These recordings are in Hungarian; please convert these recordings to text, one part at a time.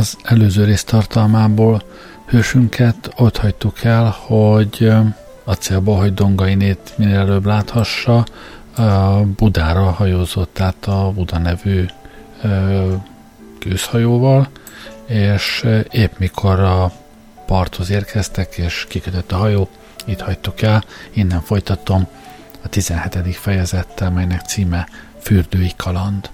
az előző rész tartalmából hősünket ott hagytuk el, hogy a célból, hogy Dongainét minél előbb láthassa, Budára hajózott át a Buda nevű gőzhajóval, és épp mikor a parthoz érkeztek, és kikötött a hajó, itt hagytuk el, innen folytatom a 17. fejezettel, melynek címe Fürdői kaland.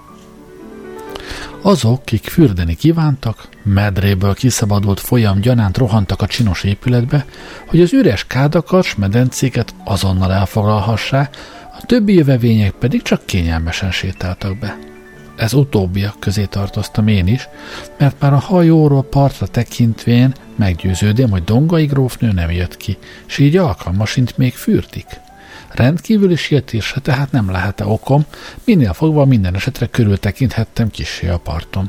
Azok, kik fürdeni kívántak, medréből kiszabadult folyam gyanánt rohantak a csinos épületbe, hogy az üres kádakat s medencéket azonnal elfoglalhassák, a többi jövevények pedig csak kényelmesen sétáltak be. Ez utóbbiak közé tartoztam én is, mert már a hajóról partra tekintvén meggyőződém, hogy Dongai grófnő nem jött ki, s így alkalmasint még fürdik. Rendkívüli sietésre tehát nem lehet-e okom, minél fogva minden esetre körültekinthettem kissé a parton.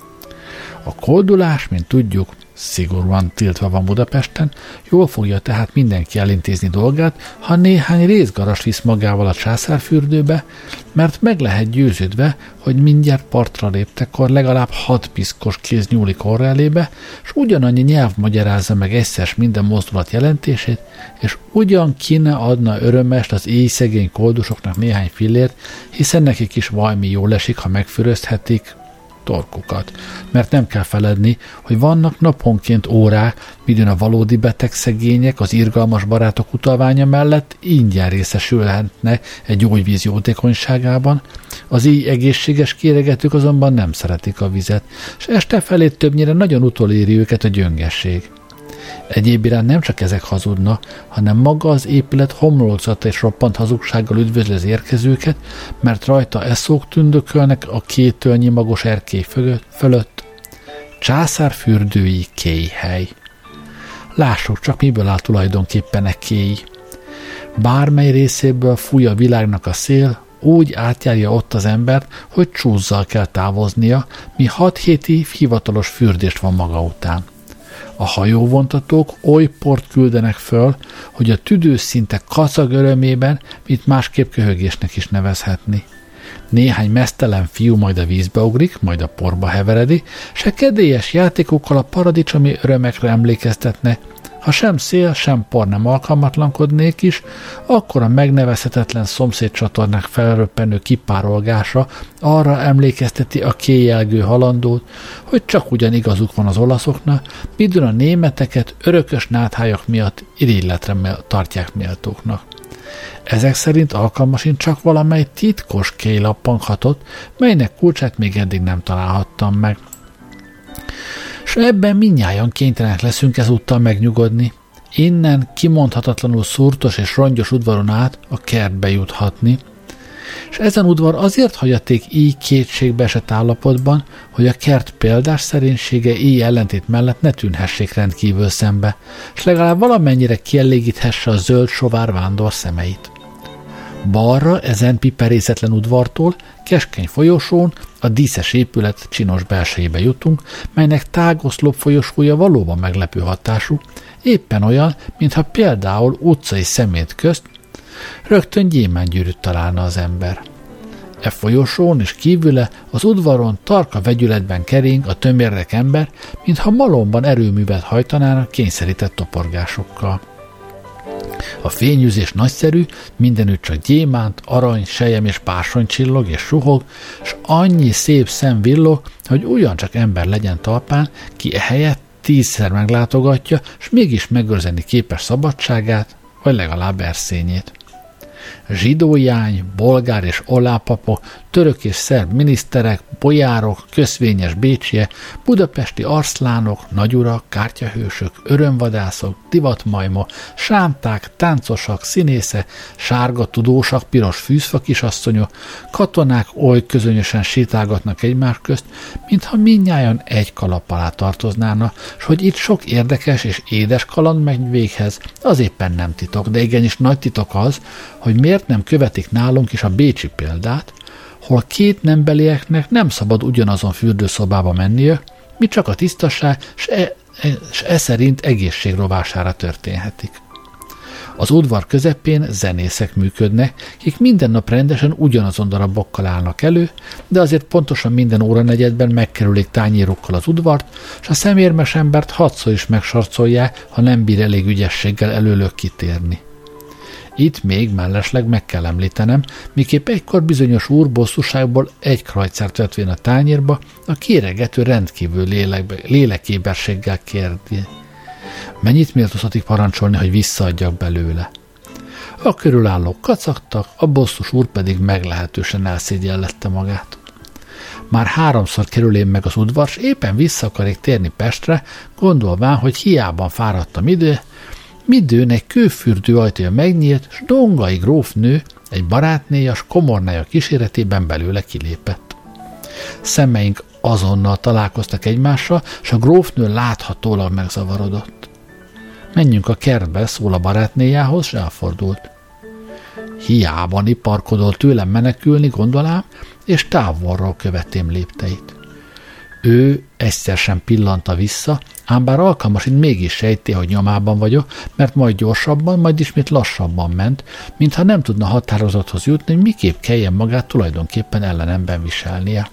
A koldulás, mint tudjuk, szigorúan tiltva van Budapesten, jól fogja tehát mindenki elintézni dolgát, ha néhány részgarast visz magával a császárfürdőbe, mert meg lehet győződve, hogy mindjárt partra léptekor legalább 6 piszkos kéz nyúlik orra elébe, és ugyanannyi nyelv magyarázza meg egyszer minden mozdulat jelentését, és ugyan ki ne adna örömest az éj szegény koldusoknak néhány fillért, hiszen nekik is valami jól esik, ha megfürözthetik torkukat, mert nem kell feledni, hogy vannak naponként órák, midőn a valódi beteg szegények az irgalmas barátok utalványa mellett ingyen részesülhetnek egy gyógyvíz jótékonyságában, az így egészséges kéregetők azonban nem szeretik a vizet, és este felé többnyire nagyon utoléri őket a gyöngesség. Egyéb iránt nem csak ezek hazudna, hanem maga az épület homlokzata és roppant hazugsággal üdvözli az érkezőket, mert rajta eszók tündökölnek a 2 tölnyi magos erkély fölött. Császárfürdői kéjhely. Lássuk csak, miből áll tulajdonképpen e kéj. Bármely részéből fúj a világnak a szél, úgy átjárja ott az embert, hogy csúzzal kell távoznia, mi 6 héti hivatalos fürdést van maga után. A hajóvontatók oly port küldenek föl, hogy a tüdő szinte kacag örömében, mint másképp köhögésnek is nevezhetni. Néhány meztelen fiú majd a vízbe ugrik, majd a porba heveredi, se kedélyes játékokkal a paradicsomi örömekre emlékeztetnek. Ha sem szél, sem por nem alkalmatlankodnék is, akkor a megnevezhetetlen szomszédcsatornák felröppenő kipárolgása arra emlékezteti a kéjelgő halandót, hogy csak ugyan igazuk van az olaszoknak, midőn a németeket örökös náthályok miatt irigyletre tartják méltóknak. Ezek szerint alkalmasint csak valamely titkos kéj lappanghatott, melynek kulcsát még eddig nem találhattam meg. S ebben mindnyájan kénytelenek leszünk ezúttal megnyugodni. Innen kimondhatatlanul szúrtos és rongyos udvaron át a kertbe juthatni. És ezen udvar azért hagyaték így kétségbe esett állapotban, hogy a kert példás szerénysége így ellentét mellett ne tűnhessék rendkívül szembe, és legalább valamennyire kielégíthesse a zöld sovár vándor szemeit. Balra ezen piperészetlen udvartól keskeny folyosón a díszes épület csinos belsejébe jutunk, melynek tágoszlop folyosója valóban meglepő hatású, éppen olyan, mintha például utcai szemét közt rögtön gyémánygyűrűt találna az ember. E folyosón és kívüle az udvaron tarka vegyületben kering a tömérdek ember, mintha malomban erőművet hajtanának kényszerített toporgásokkal. A fényűzés nagyszerű, mindenütt csak gyémánt, arany, selyem és bársony csillog és suhog, s annyi szép szem villog, hogy ugyancsak ember legyen talpán, ki ehelyett 10-szer meglátogatja, s mégis megőrzeni képes szabadságát, vagy legalább erszényét. Zsidójány, bolgár és olápapok, török és szerb miniszterek, bojárok, köszvényes bécsie, budapesti arszlánok, nagyurak, kártyahősök, örömvadászok, divatmajmok, sánták, táncosak, színészek, sárga tudósak, piros fűzfa kisasszonyok, katonák oly közönösen sétálgatnak egymás közt, mintha mindnyájan egy kalap alá tartoznának, s hogy itt sok érdekes és édes kaland megy véghez, az éppen nem titok, de igenis nagy titok az, hogy miért nem követik nálunk is a bécsi példát, hol 2 nembelieknek nem szabad ugyanazon fürdőszobába mennie, mi csak a tisztaság, s e szerint egészség rovására történhetik. Az udvar közepén zenészek működnek, kik minden nap rendesen ugyanazon darabokkal állnak elő, de azért pontosan minden óranegyedben megkerülik tányérokkal az udvart, és a szemérmes embert hatszor is megsarcolják, ha nem bír elég ügyességgel előlök kitérni. Itt még mellesleg meg kell említenem, miképp egykor bizonyos úr bosszúságból egy krajcert vetvén a tányérba, a kéregető rendkívül lélekéberséggel kérdi. Mennyit méltózhatik parancsolni, hogy visszaadjak belőle? A körülállók kacagtak, a bosszus úr pedig meglehetősen elszégyellette magát. Már 3-szor kerülém meg az udvar, s éppen vissza akarik térni Pestre, gondolván, hogy hiába fáradtam midőn egy kőfürdő ajtaja megnyílt, s Dongai grófnő, egy barátnéja, s komornája kíséretében belőle kilépett. Szemeink azonnal találkoztak egymással, s a grófnő láthatólag megzavarodott. Menjünk a kertbe, szól a barátnéjához, s elfordult. Hiába niparkodott tőlem menekülni, gondolám, és távolról követém lépteit. Ő egyszer sem pillanta vissza, ám bár alkalmasint mégis sejti, hogy nyomában vagyok, mert majd gyorsabban, majd ismét lassabban ment, mintha nem tudna határozathoz jutni, hogy miképp kelljen magát tulajdonképpen ellenemben viselnie.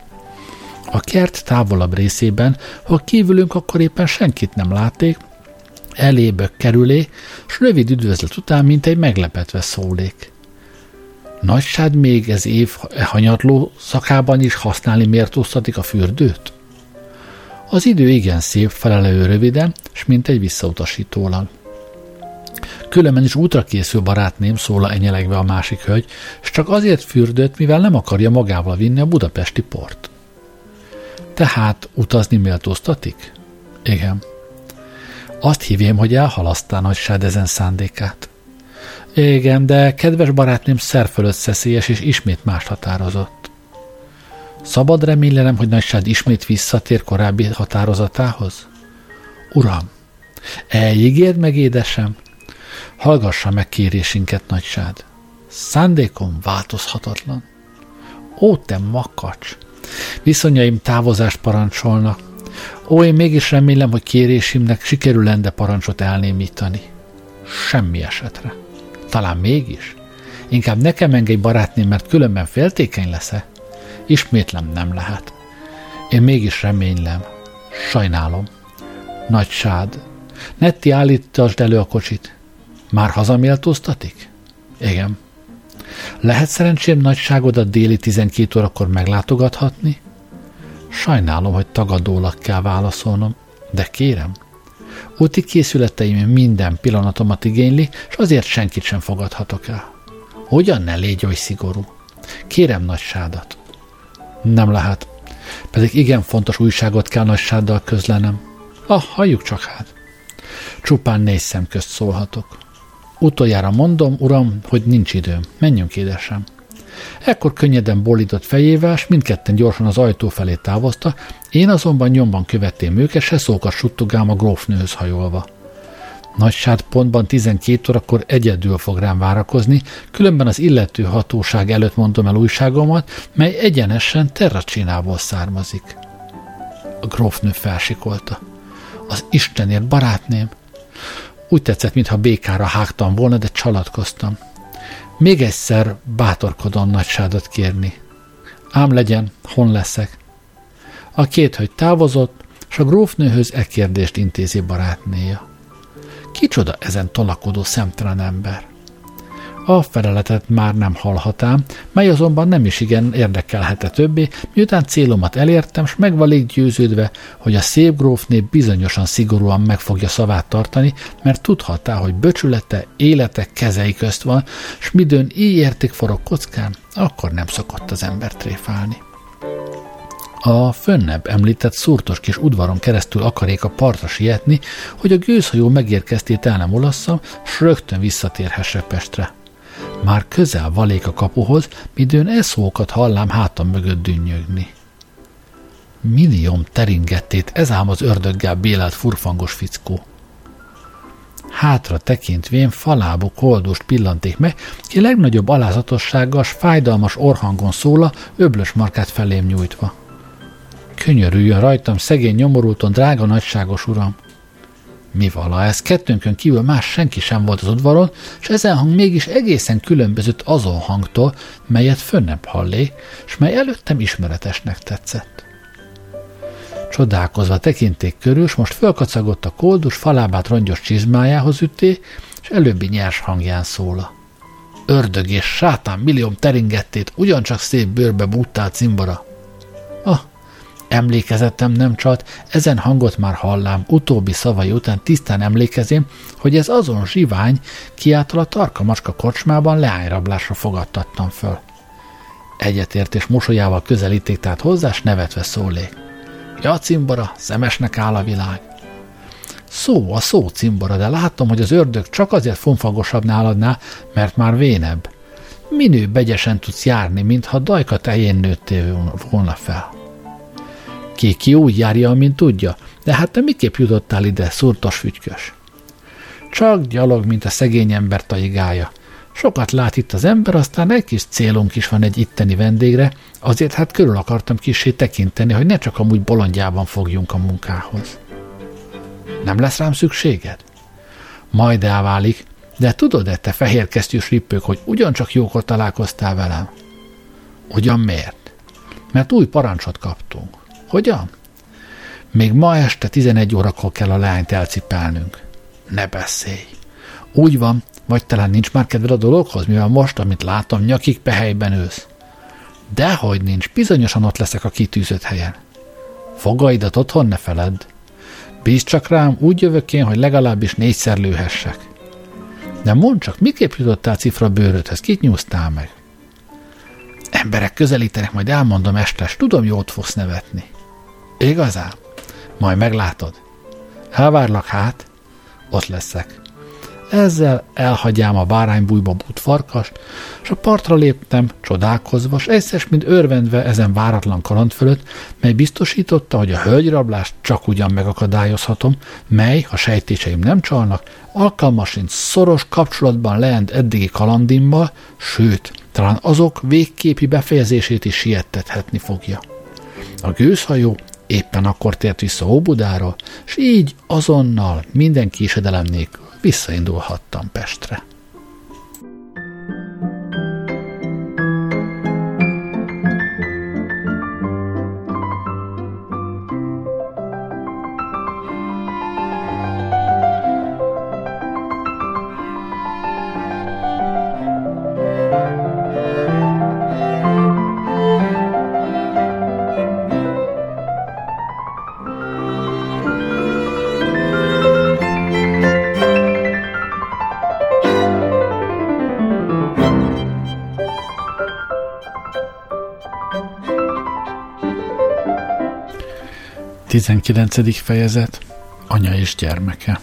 A kert távolabb részében, ha kívülünk, akkor éppen senkit nem látték, elébe kerülé, s rövid üdvözlet után mint egy meglepetve szólék. Nagysád még ez év hanyatló szakában is használni méltóztatik a fürdőt? Az idő igen szép, felele ő röviden, s mint egy visszautasítólag. Különben is útra készül barátném, szóla enyelegve a másik hölgy, s csak azért fürdött, mivel nem akarja magával vinni a budapesti port. Tehát utazni méltóztatik? Igen. Azt hívjam, hogy elhalasztál nagysád ezen szándékát. Igen, de kedves barátném szer fölött szeszélyes, és ismét mást határozott. Szabad remélem, hogy nagysád ismét visszatér korábbi határozatához? Uram, elígérd meg, édesem? Hallgassa meg kérésinket, nagysád. Szándékom változhatatlan. Ó, te makacs! Viszonyaim távozást parancsolnak. Ó, én mégis remélem, hogy kérésimnek sikerül lende parancsot elnémítani. Semmi esetre. Talán mégis. Inkább nekem engedj barátném, mert különben féltékeny lesz-e? Ismétlem, nem lehet. Én mégis reménylem. Sajnálom. Nagysád. Netti, állítasd elő a kocsit. Már hazaméltóztatik? Igen. Lehet szerencsém nagyságodat déli 12 órakor meglátogathatni? Sajnálom, hogy tagadólag kell válaszolnom, de kérem. Úti készületeim minden pillanatomat igényli, és azért senkit sem fogadhatok el. Hogyan ne légy oly szigorú? Kérem nagysádat. Nem lehet. Pedig igen fontos újságot kell nagysáddal közlenem. Halljuk csak hát. Csupán 4 szem közt szólhatok. Utoljára mondom, uram, hogy nincs időm. Menjünk, édesem. Ekkor könnyeden bólított fejével, s mindketten gyorsan az ajtó felé távozta, én azonban nyomban követtem őket, se szókat suttogám a grófnőhöz hajolva. Nagysád pontban 12 órakor egyedül fog rám várakozni, különben az illető hatóság előtt mondom el újságomat, mely egyenesen Terracsinából származik. A grófnő felsikolta. Az Istenért, barátném! Úgy tetszett, mintha békára hágtam volna, de csalatkoztam. Még egyszer bátorkodom nagysádat kérni. Ám legyen, hon leszek. A 2 hölgy távozott, s a grófnőhöz e kérdést intézi barátnéja. Kicsoda ezen tolakodó szemtelen ember? A feleletet már nem hallhatám, mely azonban nem is igen érdekelhette többé, miután célomat elértem, s meg valék győződve, hogy a szép grófné bizonyosan szigorúan meg fogja szavát tartani, mert tudhattá, hogy böcsülete, élete kezei közt van, s midőn így érték forog kockán, akkor nem szokott az ember tréfálni. A fönnebb említett szúrtos kis udvaron keresztül akarék a partra sietni, hogy a gőzhajó megérkeztét el nem olasszam, s rögtön visszatérhesse Pestre. Már közel valék a kapuhoz, midőn eszókat hallám hátam mögött dünnyögni. Millióm teringettét, ez ám az ördöggel bélelt furfangos fickó. Hátra tekintvén falábú koldust pillanték meg, ki legnagyobb alázatossággal s fájdalmas orhangon szóla, öblös markát felém nyújtva. Könyörüljön rajtam, szegény nyomorulton, drága nagyságos uram! Mi vala, ez kettőnkön kívül más senki sem volt az udvaron, és ezen hang mégis egészen különbözött azon hangtól, melyet fönnebb hallé, és mely előttem ismeretesnek tetszett. Csodálkozva tekinték körül, s most fölkacagott a koldus, falábát rongyos csizmájához üté, és előbbi nyers hangján szóla. Ördög és sátán millióm teringettét ugyancsak szép bőrbe búttál cimbora. Emlékezetem nem csalt, ezen hangot már hallám, utóbbi szavai után tisztán emlékezém, hogy ez azon zsivány, ki által a Tarka Macska kocsmában leányrablásra fogadtattam föl. Egyetértés mosolyával közelíték tehát hozzá, s nevetve szólék. Ja, cimbora, szemesnek áll a világ. Szó a szó, cimbora, de látom, hogy az ördög csak azért fonfagosabb náladnál, mert már vénebb. Minő begyesen tudsz járni, mintha dajka tején nőttél volna fel. Ki úgy járja, amint tudja, de hát te miképp jutottál ide, szurtos fügykös? Csak gyalog, mint a szegény ember taigája. Sokat lát itt az ember, aztán egy kis célunk is van egy itteni vendégre, azért hát körül akartam kissé tekinteni, hogy ne csak amúgy bolondjában fogjunk a munkához. Nem lesz rám szükséged? Majd elválik, de tudod-e, te fehérkesztyűs rippők, hogy ugyancsak jókor találkoztál velem? Ugyan miért? Mert új parancsot kaptunk. Hogyan? Még ma este 11 órakor kell a leányt elcipelnünk. Ne beszélj. Úgy van, vagy talán nincs már kedved a dologhoz, mivel most, amit látom, nyakig pehelyben ősz. Dehogy nincs, bizonyosan ott leszek a kitűzött helyen. Fogaidat otthon ne feledd. Bízd csak rám, úgy jövök én, hogy legalábbis 4-szer lőhessek. De mondd csak, miképp jutottál cifra bőrödhöz, kit nyúztál meg? Emberek közelítenek, majd elmondom este, tudom, jót fogsz nevetni. Igazán? Majd meglátod. Elvárlak hát, ott leszek. Ezzel elhagyám a báránybújba bút farkast, és a partra léptem, csodálkozva, s egyszer mint örvendve ezen váratlan kaland fölött, mely biztosította, hogy a hölgyrablást csak ugyan megakadályozhatom, mely, ha sejtéseim nem csalnak, alkalmasint szoros kapcsolatban leent eddigi kalandimmal, sőt, talán azok végképi befejezését is siettethetni fogja. A gőzhajó éppen akkor tért vissza Óbudáról, s így azonnal minden késedelem nélkül visszaindulhattam Pestre. Tizenkilencedik fejezet. Anya és gyermeke.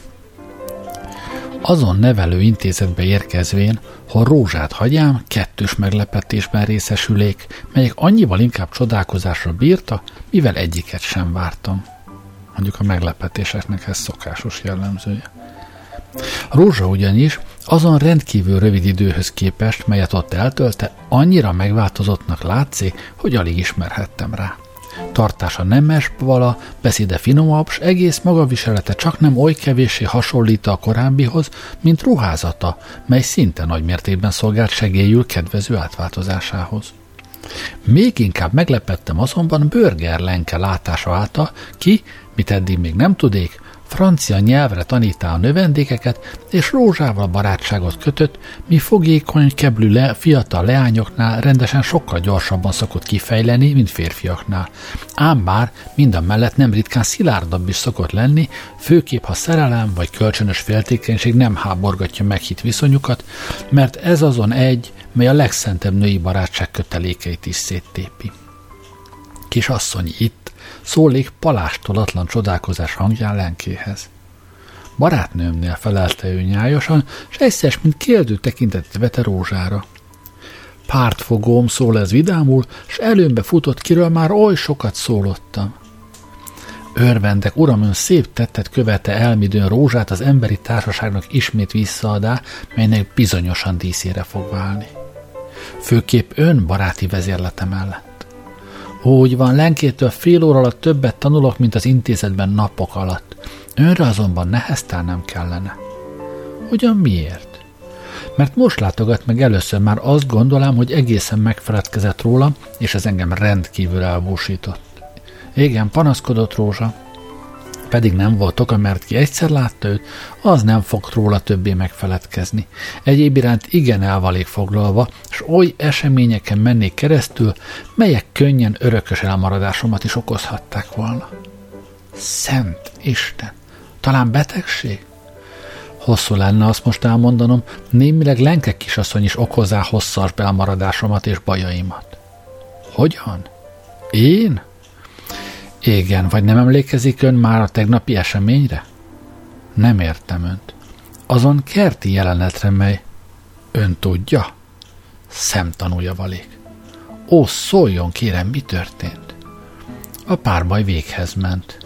Azon nevelő intézetbe érkezvén, ha Rózsát hagyám, kettős meglepetésben részesülék, melyek annyival inkább csodálkozásra bírta, mivel egyiket sem vártam. Mondjuk a meglepetéseknek ez szokásos jellemzője. Rózsa ugyanis azon rendkívül rövid időhöz képest, melyet ott eltölte, annyira megváltozottnak látszik, hogy alig ismerhettem rá. Tartása nemes vala, beszéde finomabb, s egész magaviselete csak nem oly kevéssé hasonlít a korábbihoz, mint ruházata, mely szinte nagy mértékben szolgált segélyül kedvező átváltozásához. Még inkább meglepettem azonban Börger Lenke látása által, ki, mit eddig még nem tudék, francia nyelvre tanítá a növendékeket, és Rózsával barátságot kötött, mi fogékony, keblű fiatal leányoknál rendesen sokkal gyorsabban szokott kifejleni, mint férfiaknál. Ám bár mindamellett nem ritkán szilárdabb is szokott lenni, főképp ha szerelem vagy kölcsönös féltékenység nem háborgatja meghitt viszonyukat, mert ez azon egy, mely a legszentebb női barátság kötelékeit is széttépi. Kisasszony itt, szólék palástolatlan csodálkozás hangján Lenkéhez. Barátnőmnél felelte ő nyájosan, s egyszer, mint kérdő tekintetét vette Rózsára. Pártfogóm, szól ez vidámul, s előmbe futott, kiről már oly sokat szólottam. Örvendek, uram, ön szép tettet követte elmidőn Rózsát az emberi társaságnak ismét visszaadá, melynek bizonyosan díszére fog válni. Főképp ön baráti vezérlete mellett. Úgy van, Lenkétől fél óra alatt többet tanulok, mint az intézetben napok alatt. Önre azonban neheztelnem kellene. Ugyan miért? Mert most látogat meg először, már azt gondolom, hogy egészen megfeledkezett róla, és ez engem rendkívül elbúsított. Igen, panaszkodott Rózsa. Pedig nem volt oka, mert ki egyszer látta őt, az nem fog róla többé megfeledkezni. Egyéb iránt igen el valék foglalva, s oly eseményeken mennék keresztül, melyek könnyen örökös elmaradásomat is okozhatták volna. Szent Isten! Talán betegség? Hosszú lenne azt most elmondanom, némileg Lenke kisasszony is okozzá hosszas elmaradásomat és bajaimat. Hogyan? Én? Igen, vagy nem emlékezik ön már a tegnapi eseményre? Nem értem önt. Azon kerti jelenetre, mely ön tudja? Szemtanúja valék. Ó, szóljon, kérem, mi történt? A párbaj véghez ment.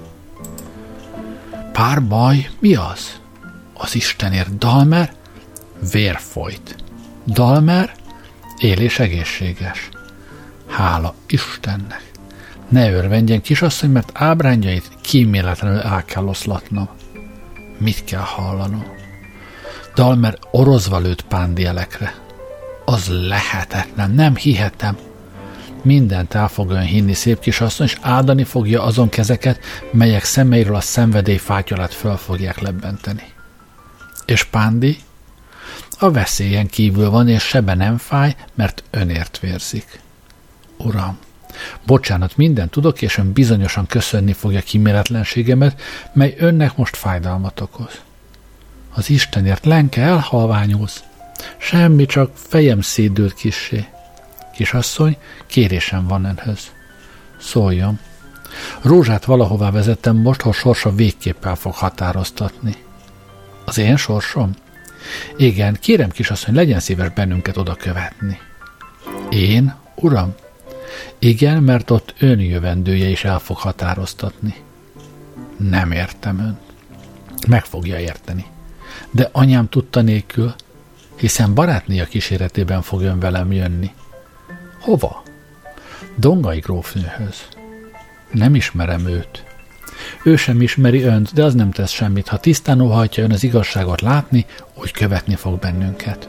Párbaj? Mi az? Az Istenért, Dalmer? Vér folyt. Dalmer? Él és egészséges. Hála Istennek! Ne örvendjen, kisasszony, mert ábrányait kíméletlenül el kell oszlatnom. Mit kell hallanom? Dalmer orozva lőtt pándélekre. Az lehetetlen, nem hihetem. Mindent el fog ön hinni, szép kisasszony, és áldani fogja azon kezeket, melyek szemeiről a szenvedély fátyolát föl fogják lebbenteni. És Pándi? A veszélyen kívül van, és sebe nem fáj, mert önért vérzik. Uram, bocsánat, mindent tudok, és ön bizonyosan köszönni fogja kíméletlenségemet, mely önnek most fájdalmat okoz. Az Istenért, Lenke, elhalványulsz. Semmi, csak fejem szédült kissé. Kisasszony, kérésem van önhöz. Szóljon. Rózsát valahová vezettem most, hogy sorsa végképp el fog határoztatni. Az én sorsom? Igen, kérem, kisasszony, legyen szíves bennünket oda követni. Én, uram? Igen, mert ott ön jövendője is el fog határoztatni. Nem értem önt. Meg fogja érteni. De anyám tudta nélkül, hiszen barátnéja kíséretében fog ön velem jönni. Hova? Dongai grófnőhöz. Nem ismerem őt. Ő sem ismeri önt, de az nem tesz semmit. Ha tisztán óhajtja ön az igazságot látni, úgy követni fog bennünket.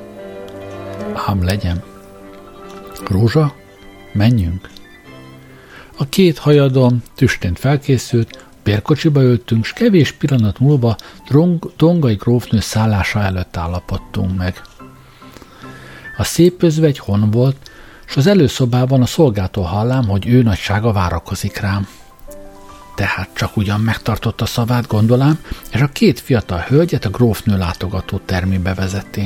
Ám legyen. Rózsa, menjünk. A két hajadon tüstént felkészült, bérkocsiba ültünk, s kevés pillanat múlva Dongai grófnő szállása előtt állapodtunk meg. A szép özvegy hon volt, s az előszobában a szolgától hallám, hogy ő nagysága várakozik rám. Tehát csak ugyan megtartotta szavát, gondolám, és a két fiatal hölgyet a grófnő látogató termébe vezették.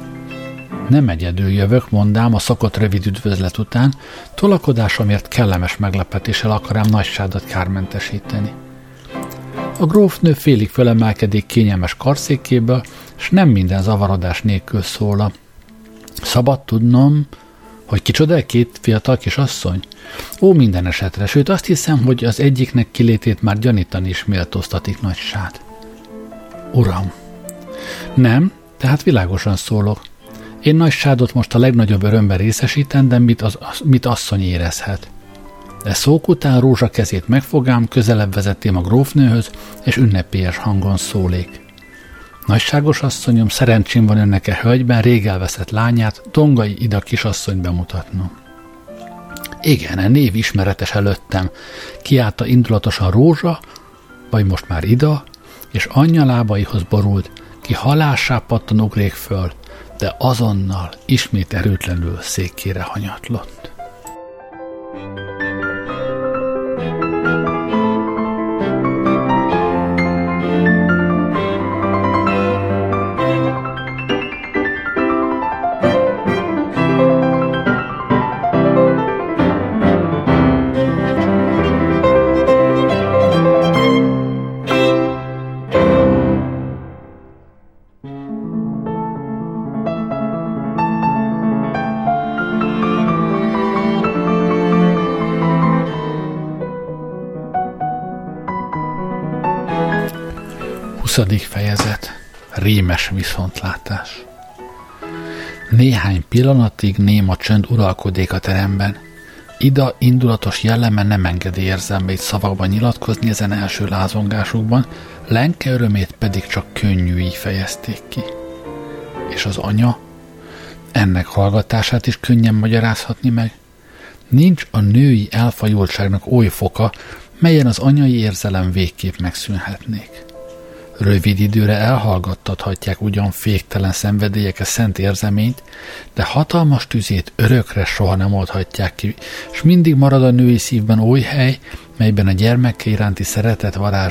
Nem egyedül jövök, mondám a szokott rövid üdvözlet után, tolakodásomért kellemes meglepetéssel akarám nagysádat kármentesíteni. A grófnő félig fölemelkedik kényelmes karszékéből, s nem minden zavarodás nélkül szól. Szabad tudnom, hogy kicsoda két fiatal kisasszony? Ó, minden esetre, sőt azt hiszem, hogy az egyiknek kilétét már gyanítani is méltóztatik nagysád. Uram! Nem, tehát világosan szólok. Én nagysádot most a legnagyobb örömben részesítem, de mit asszony érezhet. De szók után Rózsa kezét megfogám, közelebb vezettem a grófnőhöz, és ünnepélyes hangon szólék. Nagyságos asszonyom, szerencsém van önnek hölgyben rég elveszett lányát, Dongai Ida kisasszony bemutatnom. Igen, név ismeretes előttem, kiállta indulatosan Rózsa, vagy most már Ida, és anyja lábaihoz borult, ki halássá pattan ugrék föl, de azonnal ismét erőtlenül székére hanyatlott. Fejezet. Rémes viszontlátás. Néhány pillanatig néma csönd uralkodik a teremben. Ida indulatos jelleme nem engedi érzelmeit szavakban nyilatkozni ezen első lázongásukban, Lenke örömét pedig csak könnyűi fejezték ki. És az anya? Ennek hallgatását is könnyen magyarázhatni meg. Nincs a női elfajultságnak oly foka, melyen az anyai érzelem végképp megszűnhetnék. Rövid időre elhallgattathatják ugyan féktelen szenvedélyek a szent érzeményt, de hatalmas tüzét örökre soha nem oldhatják ki, és mindig marad a női szívben oly hely, melyben a gyermeke iránti szeretet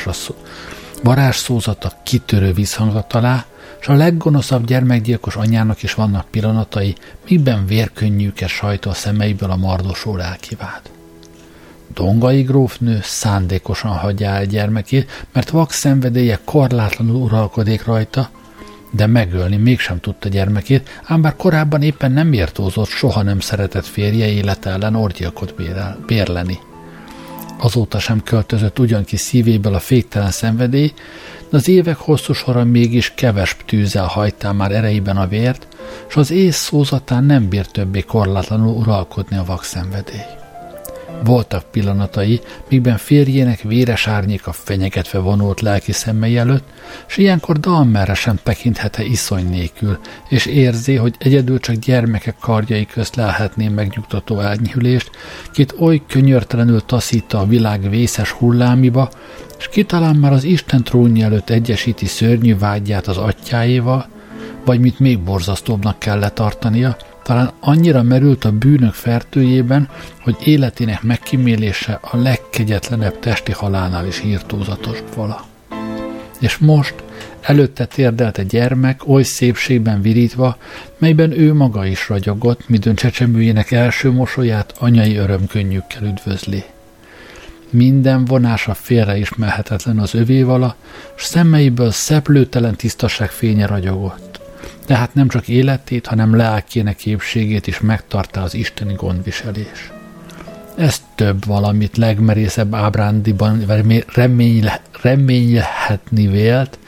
varázsszózata kitörő visszhangot talál, és a leggonoszabb gyermekgyilkos anyának is vannak pillanatai, mikben vérkönnyűket sajtol szemeiből a mardosó lelkivád. Dongai grófnő szándékosan hagyja el gyermekét, mert vak szenvedélye korlátlanul uralkodik rajta, de megölni mégsem tudta gyermekét, ám bár korábban éppen nem méltózott soha nem szeretett férje élete ellen orgyilkot bérleni. Azóta sem költözött ugyan ki szívéből a féktelen szenvedély, de az évek hosszú sora mégis keves tűzzel hajtál már ereiben a vért, s az ész szózatán nem bír többé korlátlanul uralkodni a vakszenvedély. Voltak pillanatai, mikben férjének véres árnyéka fenyegetve vonult lelki szemmei előtt, s ilyenkor dalmerre sem tekinthet-e iszony nélkül, és érzi, hogy egyedül csak gyermekek karjai közt lelhetné megnyugtató elnyhülést, kit oly könyörtelenül taszítta a világ vészes hullámiba, és ki talán már az Isten trónja előtt egyesíti szörnyű vágyját az atyáéval, vagy mit még borzasztóbbnak kell letartania, talán annyira merült a bűnök fertőjében, hogy életének megkímélése a legkegyetlenebb testi halálnál is írtózatos vala. És most előtte térdelt egy gyermek oly szépségben virítva, melyben ő maga is ragyogott, midőn csecsemőjének első mosolyát anyai örömkönnyükkel üdvözli. Minden vonása félreismerhetetlen az övévala, s szemeiből szeplőtelen tisztaság fénye ragyogott. Tehát nem csak életét, hanem lelkének épségét is megtartá az isteni gondviselés. Ez több valamit legmerészebb ábrándiban reményelhetni vélt,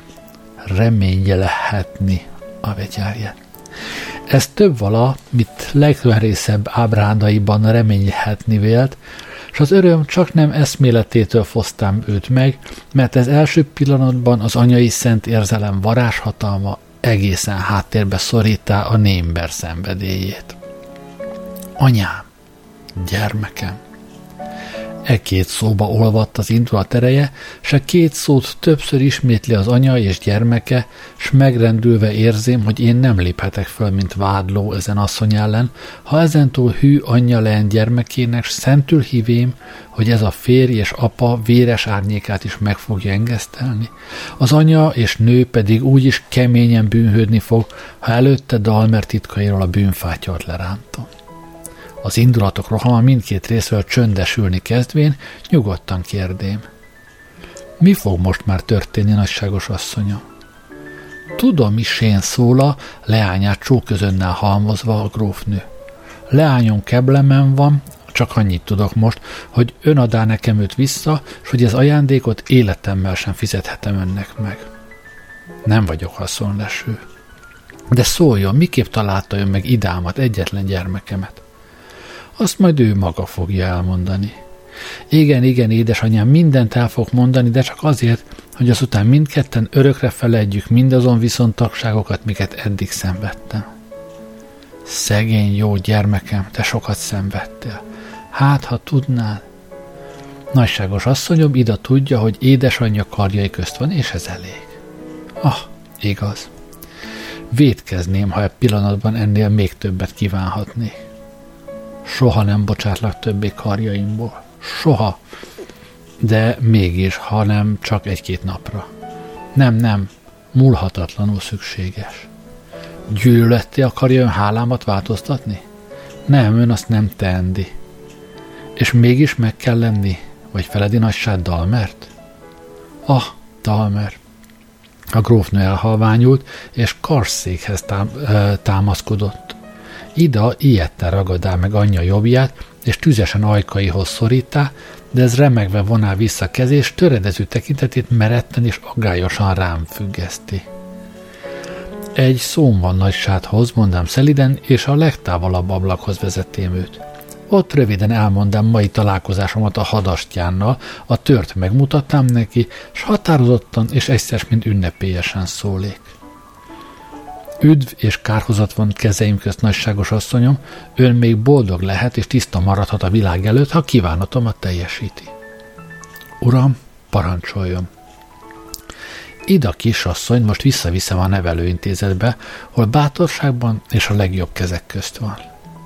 reményelhetni a vegyárját. Ez több valamit legmerészebb ábrándaiban reményelhetni vélt, és az öröm csak nem eszméletétől fosztám őt meg, mert ez első pillanatban az anyai szent érzelem varázshatalma egészen háttérbe szorítá a némber szenvedélyét. Anyám, gyermekem! E két szóba olvadt az indulat ereje, s a két szót többször ismétli az anya és gyermeke, s megrendülve érzém, hogy én nem léphetek föl, mint vádló ezen asszony ellen, ha ezentúl hű anyja leent gyermekének, s szentül hívém, hogy ez a férj és apa véres árnyékát is meg fogja engesztelni. Az anya és nő pedig úgyis keményen bűnhődni fog, ha előtte Dalmer titkairól a bűnfátyart lerántom. Az indulatok rohama mindkét részről csöndesülni kezdvén nyugodtan kérdém. Mi fog most már történni, nagyságos asszonya? Tudom is én szóla, leányát csóközönnel halmozva a grófnő. Leányom keblemen van, csak annyit tudok most, hogy ön adá nekem őt vissza, s hogy az ajándékot életemmel sem fizethetem önnek meg. Nem vagyok haszonleső. De szóljon, miképp találta ön meg idámat, egyetlen gyermekemet? Azt majd ő maga fogja elmondani. Igen, édesanyám, mindent el fog mondani, de csak azért, hogy azután mindketten örökre feledjük mindazon viszontagságokat, miket eddig szenvedtem. Szegény jó gyermekem, te sokat szenvedtél. Hát, ha tudnád. Nagyságos asszonyom, Ida tudja, hogy édesanyja karjai közt van, és ez elég. Igaz. Vétkezném, ha e pillanatban ennél még többet kívánhatnék. Soha nem bocsátlak többé karjaimból. Soha. De mégis, ha nem csak egy-két napra. Nem, múlhatatlanul szükséges. Gyűlöleti akarja ön hálámat változtatni? Nem, ön azt nem tendi. És mégis meg kell lenni? Vagy feledi nagyság Dalmert? Dalmer. A grófnő elhalványult, és karszékhez támaszkodott. Ida ijedten ragadá meg anyja jobbját, és tüzesen ajkaihoz szorítá, de ez remegve voná vissza kezés, töredező tekintetét meretten és aggályosan rám függeszti. Egy szóm van nagysáthoz, mondám szeliden, és a legtávolabb ablakhoz vezetém őt. Ott röviden elmondám mai találkozásomat a hadastyánnal, a tört megmutattam neki, s határozottan és egyszer mint ünnepélyesen szólék. Üdv és kárhozat van kezeim közt, nagyságos asszonyom, ön még boldog lehet és tiszta maradhat a világ előtt, ha kívánatomat teljesíti. Uram, parancsoljon! Ida kisasszony most visszaviszem a nevelőintézetbe, hol bátorságban és a legjobb kezek közt van.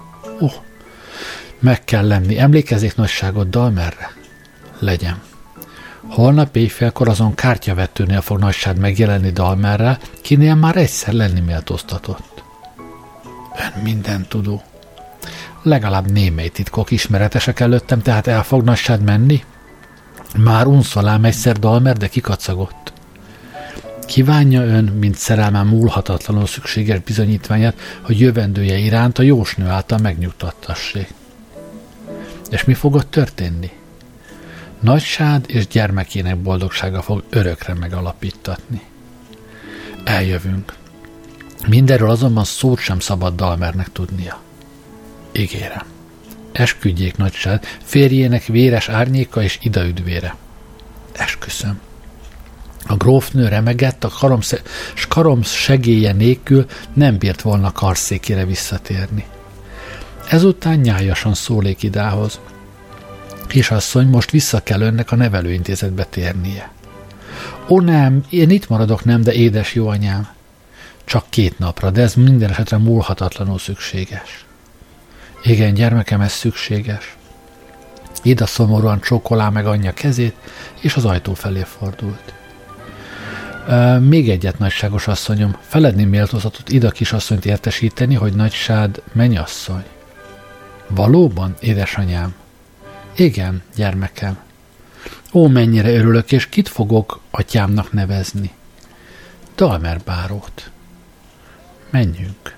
Meg kell lenni, emlékezzék nagyságot Dalmerre? Legyen. Holnap éjfélkor azon kártyavetőnél fog nagyság megjelenni Dalmerrel, kinél már egyszer lenni méltóztatott. Ön minden tudó. Legalább némely titkok ismeretesek előttem, tehát el fog nagyság menni? Már unszolám egyszer Dalmer, de kikacagott. Kívánja ön, mint szerelmem múlhatatlanul szükséges bizonyítványát, hogy jövendője iránt a jósnő által megnyugtattassék. És mi fog ott történni? Nagysád és gyermekének boldogsága fog örökre megalapítatni. Eljövünk. Mindenről azonban szót sem szabad Dalmernek tudnia. Ígérem. Esküdjék nagysád férjének véres árnyéka és Ida üdvére. Esküszöm. A grófnő remegett, a karom segélye nélkül nem bírt volna karszékére visszatérni. Ezután nyájasan szólék Idához. Kisasszony, most vissza kell önnek a nevelőintézetbe térnie. Ó nem, én itt maradok nem, de édes jó anyám. Csak 2 napra, de ez minden esetre múlhatatlanul szükséges. Igen, gyermekem, ez szükséges. Ida szomorúan csókolá meg anyja kezét, és az ajtó felé fordult. Még egyet, nagyságos asszonyom, feledni méltózatot Ida kisasszonyt értesíteni, hogy nagysád mennyasszony. Valóban, édesanyám? Igen, gyermekem. Ó, mennyire örülök, és kit fogok atyámnak nevezni? Dalmer bárót. Menjünk.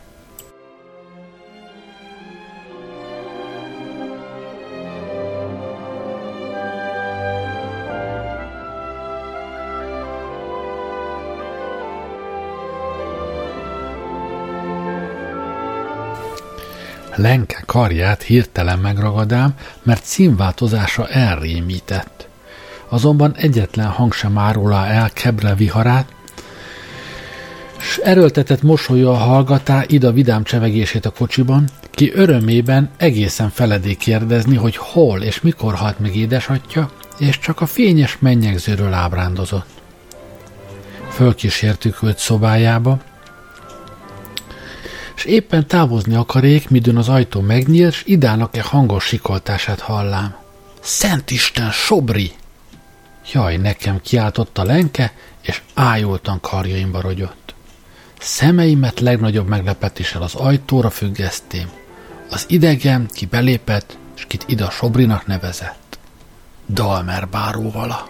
Lenke karját hirtelen megragadám, mert címváltozása elrémített. Azonban egyetlen hang sem árulá el Kebre viharát, s erőltetett mosollyal hallgatá Ida vidám csevegését a kocsiban, ki örömében egészen feledé kérdezni, hogy hol és mikor halt meg édesatya, és csak a fényes mennyegzőről ábrándozott. Fölkísértük őt szobájába, és éppen távozni akarék, midőn az ajtó megnyílt, s Idának hangos sikoltását hallám. Szent Isten, Sobri! Jaj, nekem kiáltotta Lenke, és ájultan karjaimba rogyott. Szemeimet legnagyobb meglepetéssel az ajtóra függesztém. Az idegen, ki belépett, s kit Ida Sobrinak nevezett. Dalmer báróvala.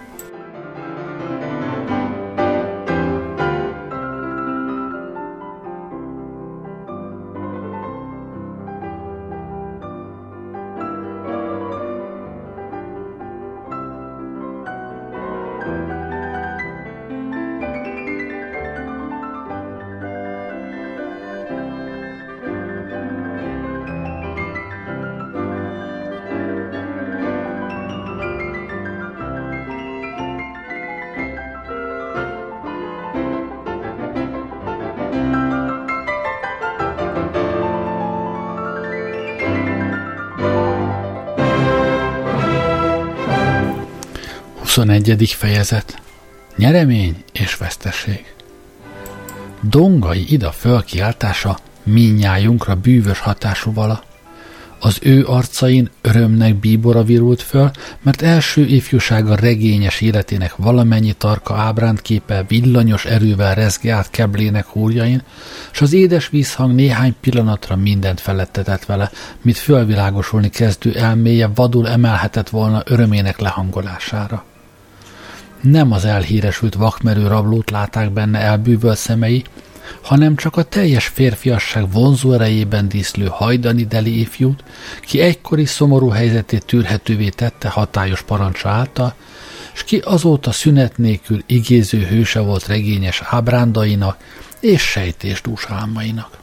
Huszonegyedik fejezet. Nyeremény és veszteség. Dongai Ida fölkiáltása mindnyájunkra bűvös hatású vala. Az ő arcain örömnek bíbora virult föl, mert első ifjúsága regényes életének valamennyi tarka ábrándképe villanyos erővel rezgi át Keblének húrjain, s az édes vízhang néhány pillanatra mindent felettetett vele, mit fölvilágosulni kezdő elméje vadul emelhetett volna örömének lehangolására. Nem az elhíresült vakmerő rablót látták benne elbűvölt szemei, hanem csak a teljes férfiasság vonzó erejében díszlő hajdani deli ifjút, ki egykori szomorú helyzetét tűrhetővé tette hatályos parancsa által, s ki azóta szünet nélkül igéző hőse volt regényes ábrándainak és sejtésdús álmainak.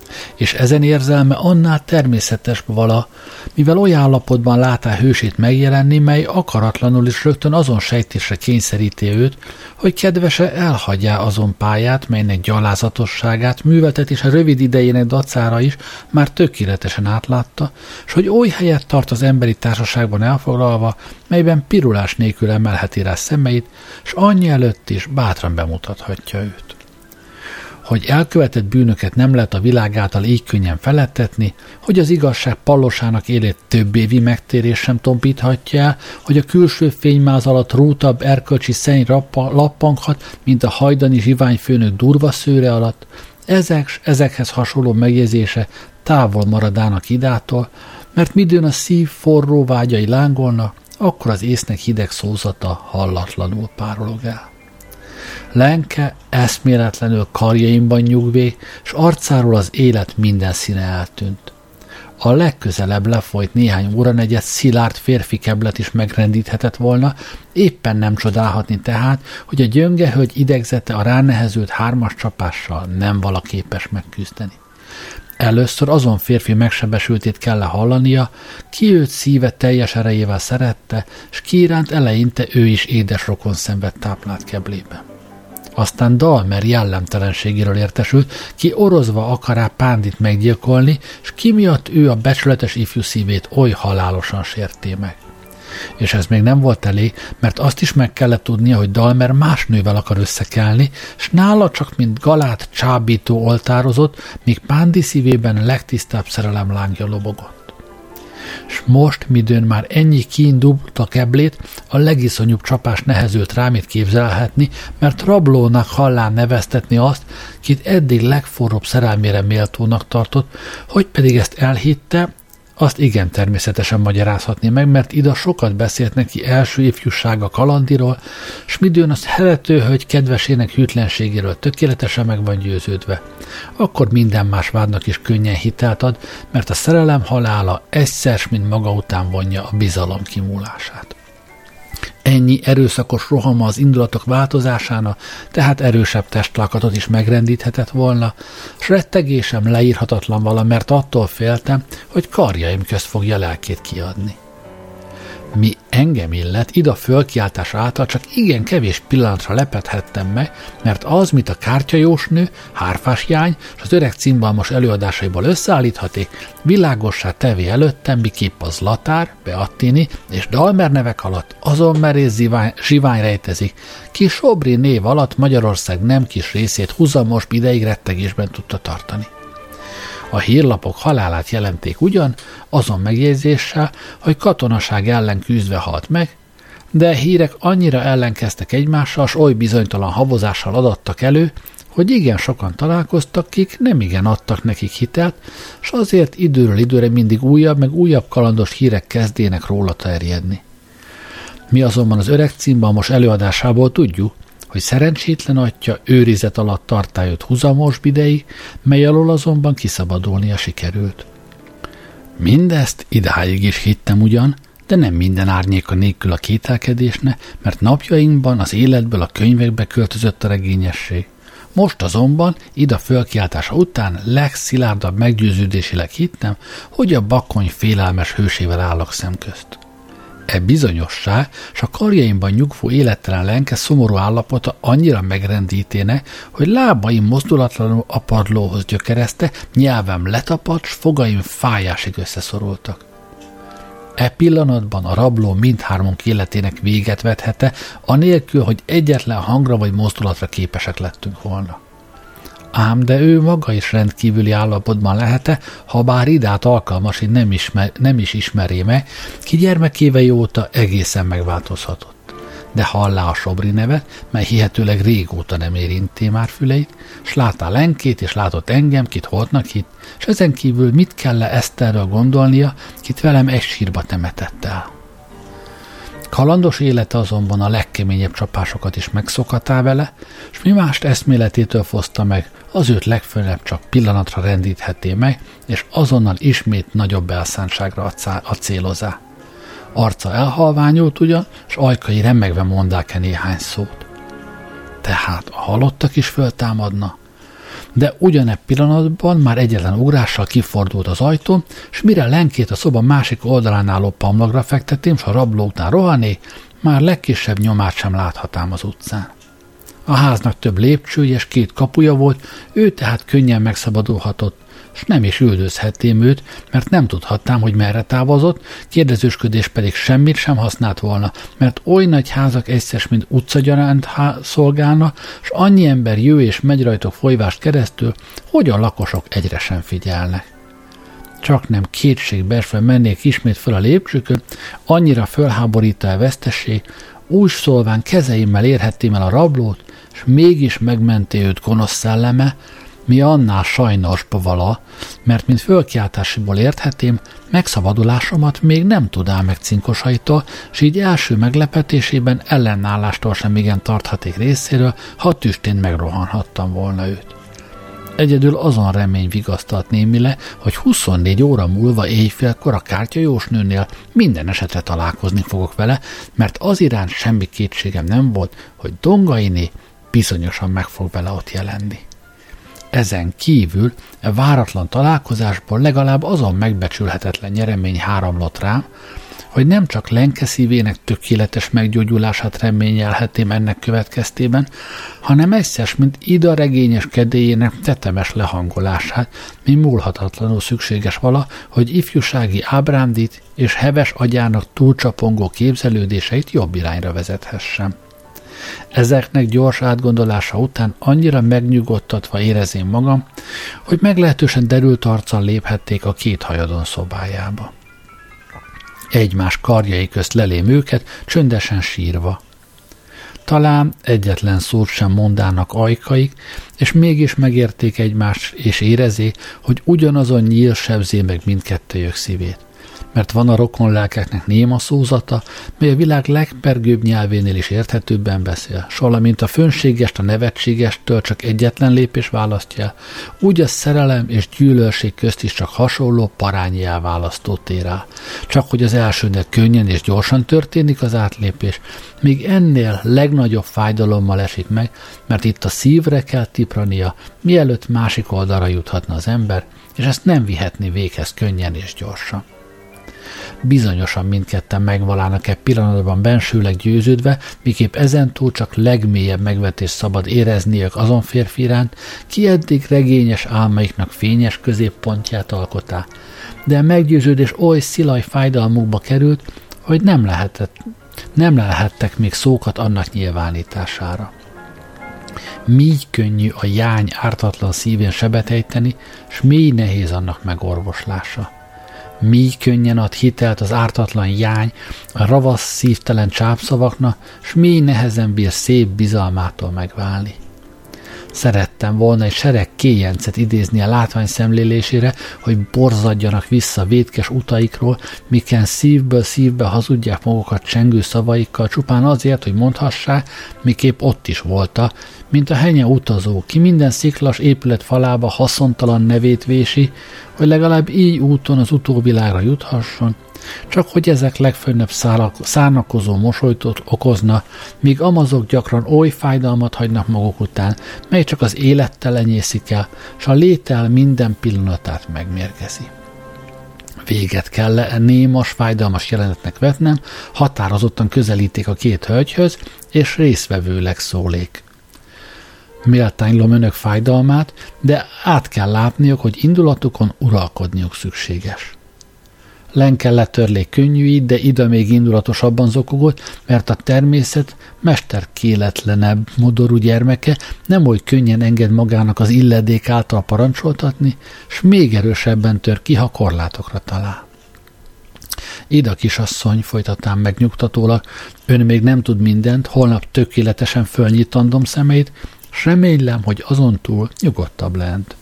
És ezen érzelme annál természetes vala, mivel olyan állapotban látá hősét megjelenni, mely akaratlanul is rögtön azon sejtésre kényszeríti őt, hogy kedvese elhagyja azon pályát, melynek gyalázatosságát, műveltetése rövid idejének dacára is már tökéletesen átlátta, s hogy oly helyet tart az emberi társaságban elfoglalva, melyben pirulás nélkül emelheti rá szemeit, s annyi előtt is bátran bemutathatja őt. Hogy elkövetett bűnöket nem lehet a világ által így könnyen feledtetni, hogy az igazság pallosának élét több évi megtérés sem tompíthatja el, hogy a külső fénymáz alatt rútabb erkölcsi szenny lappanghat, mint a hajdani zsiványfőnök durva szőre alatt, ezekhez hasonló megjegyzése távol maradának idától, mert midőn a szív forró vágyai lángolna, akkor az észnek hideg szózata hallatlanul párolog el. Lenke eszméletlenül karjaimban nyugvé, s arcáról az élet minden színe eltűnt. A legközelebb lefolyt néhány óranegyed szilárd férfi keblet is megrendíthetett volna, éppen nem csodálhatni tehát, hogy a gyönge hölgy idegzete a ránehezült 3-as csapással nem vala képes megküzdeni. Először azon férfi megsebesültét kell hallania, ki őt szíve teljes erejével szerette, s ki iránt eleinte ő is édes rokon szenvedt táplált keblébe. Aztán Dalmer jellemtelenségéről értesült, ki orozva akará Pándit meggyilkolni, s ki miatt ő a becsületes ifjú szívét oly halálosan sérté meg. És ez még nem volt elég, mert azt is meg kellett tudnia, hogy Dalmer más nővel akar összekelni, s nála csak mint galát csábító oltározott, míg Pándi szívében legtisztább szerelem lángja lobogott. S most, midőn már ennyi kín dugta keblét, a legiszonyúbb csapás nehezült rá, mit képzelhetni, mert rablónak hallán neveztetni azt, kit eddig legforróbb szerelmére méltónak tartott, hogy pedig ezt elhitte, azt igen természetesen magyarázhatni meg, mert Ida sokat beszélt neki első ifjúsága kalandiról, s midőn az herető hölgy kedvesének hűtlenségéről tökéletesen meg van győződve. Akkor minden más vádnak is könnyen hitelt ad, mert a szerelem halála egyszer, mint maga után vonja a bizalom kimúlását. Ennyi erőszakos rohama az indulatok változásána, tehát erősebb testlakatot is megrendíthetett volna, s rettegésem leírhatatlan vala, mert attól féltem, hogy karjaim közt fogja lelkét kiadni. Mi engem illet, Ida fölkiáltás által csak igen kevés pillanatra lepedhettem meg, mert az, mit a kártyajósnő, hárfás jány és az öreg cimbalmos előadásaiból összeállíthaték, világossá tevé előttem, miképp az Latár, Beattini és Dalmer nevek alatt azon merész zsivány rejtezik, ki Sobri név alatt Magyarország nem kis részét húzamos ideig rettegésben tudta tartani. A hírlapok halálát jelenték ugyan, azon megjegyzéssel, hogy katonaság ellen küzdve halt meg, de hírek annyira ellenkeztek egymással, s oly bizonytalan havozással adattak elő, hogy igen sokan találkoztak, kik nem igen adtak nekik hitelt, s azért időről időre mindig újabb, meg újabb kalandos hírek kezdének róla terjedni. Mi azonban az öreg cimbalmos előadásából tudjuk, hogy szerencsétlen atya őrizet alatt tartá őt húzamos ideig, mely alól azonban kiszabadulnia sikerült. Mindezt idáig is hittem ugyan, de nem minden árnyéka nélkül a kételkedésne, mert napjainkban az életből a könyvekbe költözött a regényesség. Most azonban, Ida fölkiáltása után legszilárdabb meggyőződésileg hittem, hogy a bakony félelmes hősével állok szemközt. E bizonyosság, s a karjaimban nyugvó élettelen Lenke szomorú állapota annyira megrendíténe, hogy lábaim mozdulatlanul a padlóhoz gyökerezte, nyelvem letapadt, s fogaim fájásig összeszorultak. E pillanatban a rabló mindhármunk életének véget vethette, anélkül, hogy egyetlen hangra vagy mozdulatra képesek lettünk volna. Ám de ő maga is rendkívüli állapotban lehet-e, ha bár Idát alkalmas, nem is ismeré meg, ki gyermekévei óta egészen megváltozhatott. De hallá a Sobri nevet, mely hihetőleg régóta nem érinté már füleit, s látta Lenkét, és látott engem, kit holtnak hitt, s ezen kívül mit kell-e Eszterről gondolnia, kit velem egy sírba temetett el. Kalandos élete azonban a legkeményebb csapásokat is megszokhatá vele, s mi mást eszméletétől foszta meg, az őt legfőleg csak pillanatra rendítheti meg, és azonnal ismét nagyobb elszántságra acélozá. Arca elhalványult ugyan, s ajkai remegve mondák-e néhány szót. Tehát a halottak is föltámadna? de ugyanebb pillanatban már egyetlen ugrással kifordult az ajtó, s mire Lenkét a szoba másik oldalán álló pamlagra fektetém, s a rabló után rohané, már legkisebb nyomát sem láthatám az utcán. A háznak több lépcsője és 2 kapuja volt, ő tehát könnyen megszabadulhatott, s nem is üldözhetném őt, mert nem tudhattam, hogy merre távozott, kérdezősködés pedig semmit sem használt volna, mert oly nagy házak egyszer, mint utcagyaránt szolgálna, s annyi ember jő és megy rajtok folyvást keresztül, hogy a lakosok egyre sem figyelnek. Csak nem kétségbeesve mennék ismét föl a lépcsőkön, annyira fölháborítja a vesztesség, úgy szólván kezeimmel érhettem el a rablót, s mégis megmenti őt gonosz szelleme, mi annál sajnosba vala, mert mint fölkiáltásiból érthetém, megszabadulásomat még nem tudál meg cinkosaitól, s így első meglepetésében ellenállástól sem igen tarthaték részéről, ha tüstén megrohanhattam volna őt. Egyedül azon remény vigasztalt némile, hogy 24 óra múlva éjfélkor a kártyajósnőnél minden esetre találkozni fogok vele, mert az iránt semmi kétségem nem volt, hogy Dongainé bizonyosan meg fog vele ott jelenni. Ezen kívül a váratlan találkozásból legalább azon megbecsülhetetlen nyeremény háramlott rám, hogy nem csak Lenke szívének tökéletes meggyógyulását reményelhetém ennek következtében, hanem egyszer, mint Ida regényes kedélyének tetemes lehangolását, mi múlhatatlanul szükséges vala, hogy ifjúsági ábrándít és heves agyának túlcsapongó képzelődéseit jobb irányra vezethessem. Ezeknek gyors átgondolása után annyira megnyugodtatva érezém magam, hogy meglehetősen derült arccal léphették a 2 hajadon szobájába. Egymás karjai közt lelém őket, csöndesen sírva. Talán egyetlen szót sem mondának ajkaik, és mégis megérték egymást, és érezé, hogy ugyanazon nyíl sebzé meg mindkettőjük szívét. Mert van a rokonlelkeknek néma szózata, mely a világ legpergőbb nyelvénél is érthetőbben beszél, s valamint a fönségest a nevetségestől csak egyetlen lépés választja, úgy a szerelem és gyűlölség közt is csak hasonló parányi elválasztó tér áll. Csak hogy az elsőnél könnyen és gyorsan történik az átlépés, míg ennél legnagyobb fájdalommal esik meg, mert itt a szívre kell tiprania, mielőtt másik oldalra juthatna az ember, és ezt nem vihetni véghez könnyen és gyorsan. Bizonyosan mindketten megvalának pillanatban bensőleg győződve, miképp ezentúl csak legmélyebb megvetés szabad érezniük azon férfi iránt, ki eddig regényes álmaiknak fényes középpontját alkotá. De a meggyőződés oly szilaj fájdalmukba került, hogy nem lehettek még szókat annak nyilvánítására. Míg könnyű a jány ártatlan szívén sebet ejteni, s mély nehéz annak megorvoslása. Míg könnyen ad hitelt az ártatlan jány a ravasz szívtelen csápszavaknak, s mély nehezen bír szép bizalmától megválni. Szerettem volna egy sereg kéjencet idézni a látvány szemlélésére, hogy borzadjanak vissza vétkes utaikról, miken szívből szívbe hazudják magukat csengő szavaikkal, csupán azért, hogy mondhassák, miképp ott is volta, mint a henye utazó, ki minden sziklas épület falába haszontalan nevét vési, hogy legalább így úton az utóvilágra juthasson, csak hogy ezek legfőnebb szárnakozó mosolytot okozna, míg amazok gyakran oly fájdalmat hagynak maguk után, mely csak az élettel enyészik el, s a létel minden pillanatát megmérgezi. Véget kell némas, fájdalmas jelenetnek vetnem, határozottan közelíték a 2 hölgyhöz, és részvevőleg szólék. Méltánylom önök fájdalmát, de át kell látniuk, hogy indulatukon uralkodniuk szükséges. Lenke letörlék könnyűit, de Ida még indulatosabban zokogott, mert a természet mesterkéletlenebb modorú gyermeke nem oly könnyen enged magának az illedék által parancsoltatni, s még erősebben tör ki, ha korlátokra talál. Ida kisasszony, folytatám megnyugtatólag, ön még nem tud mindent, holnap tökéletesen fölnyitandom szemeit, s remélem, hogy azontúl nyugodtabb lent.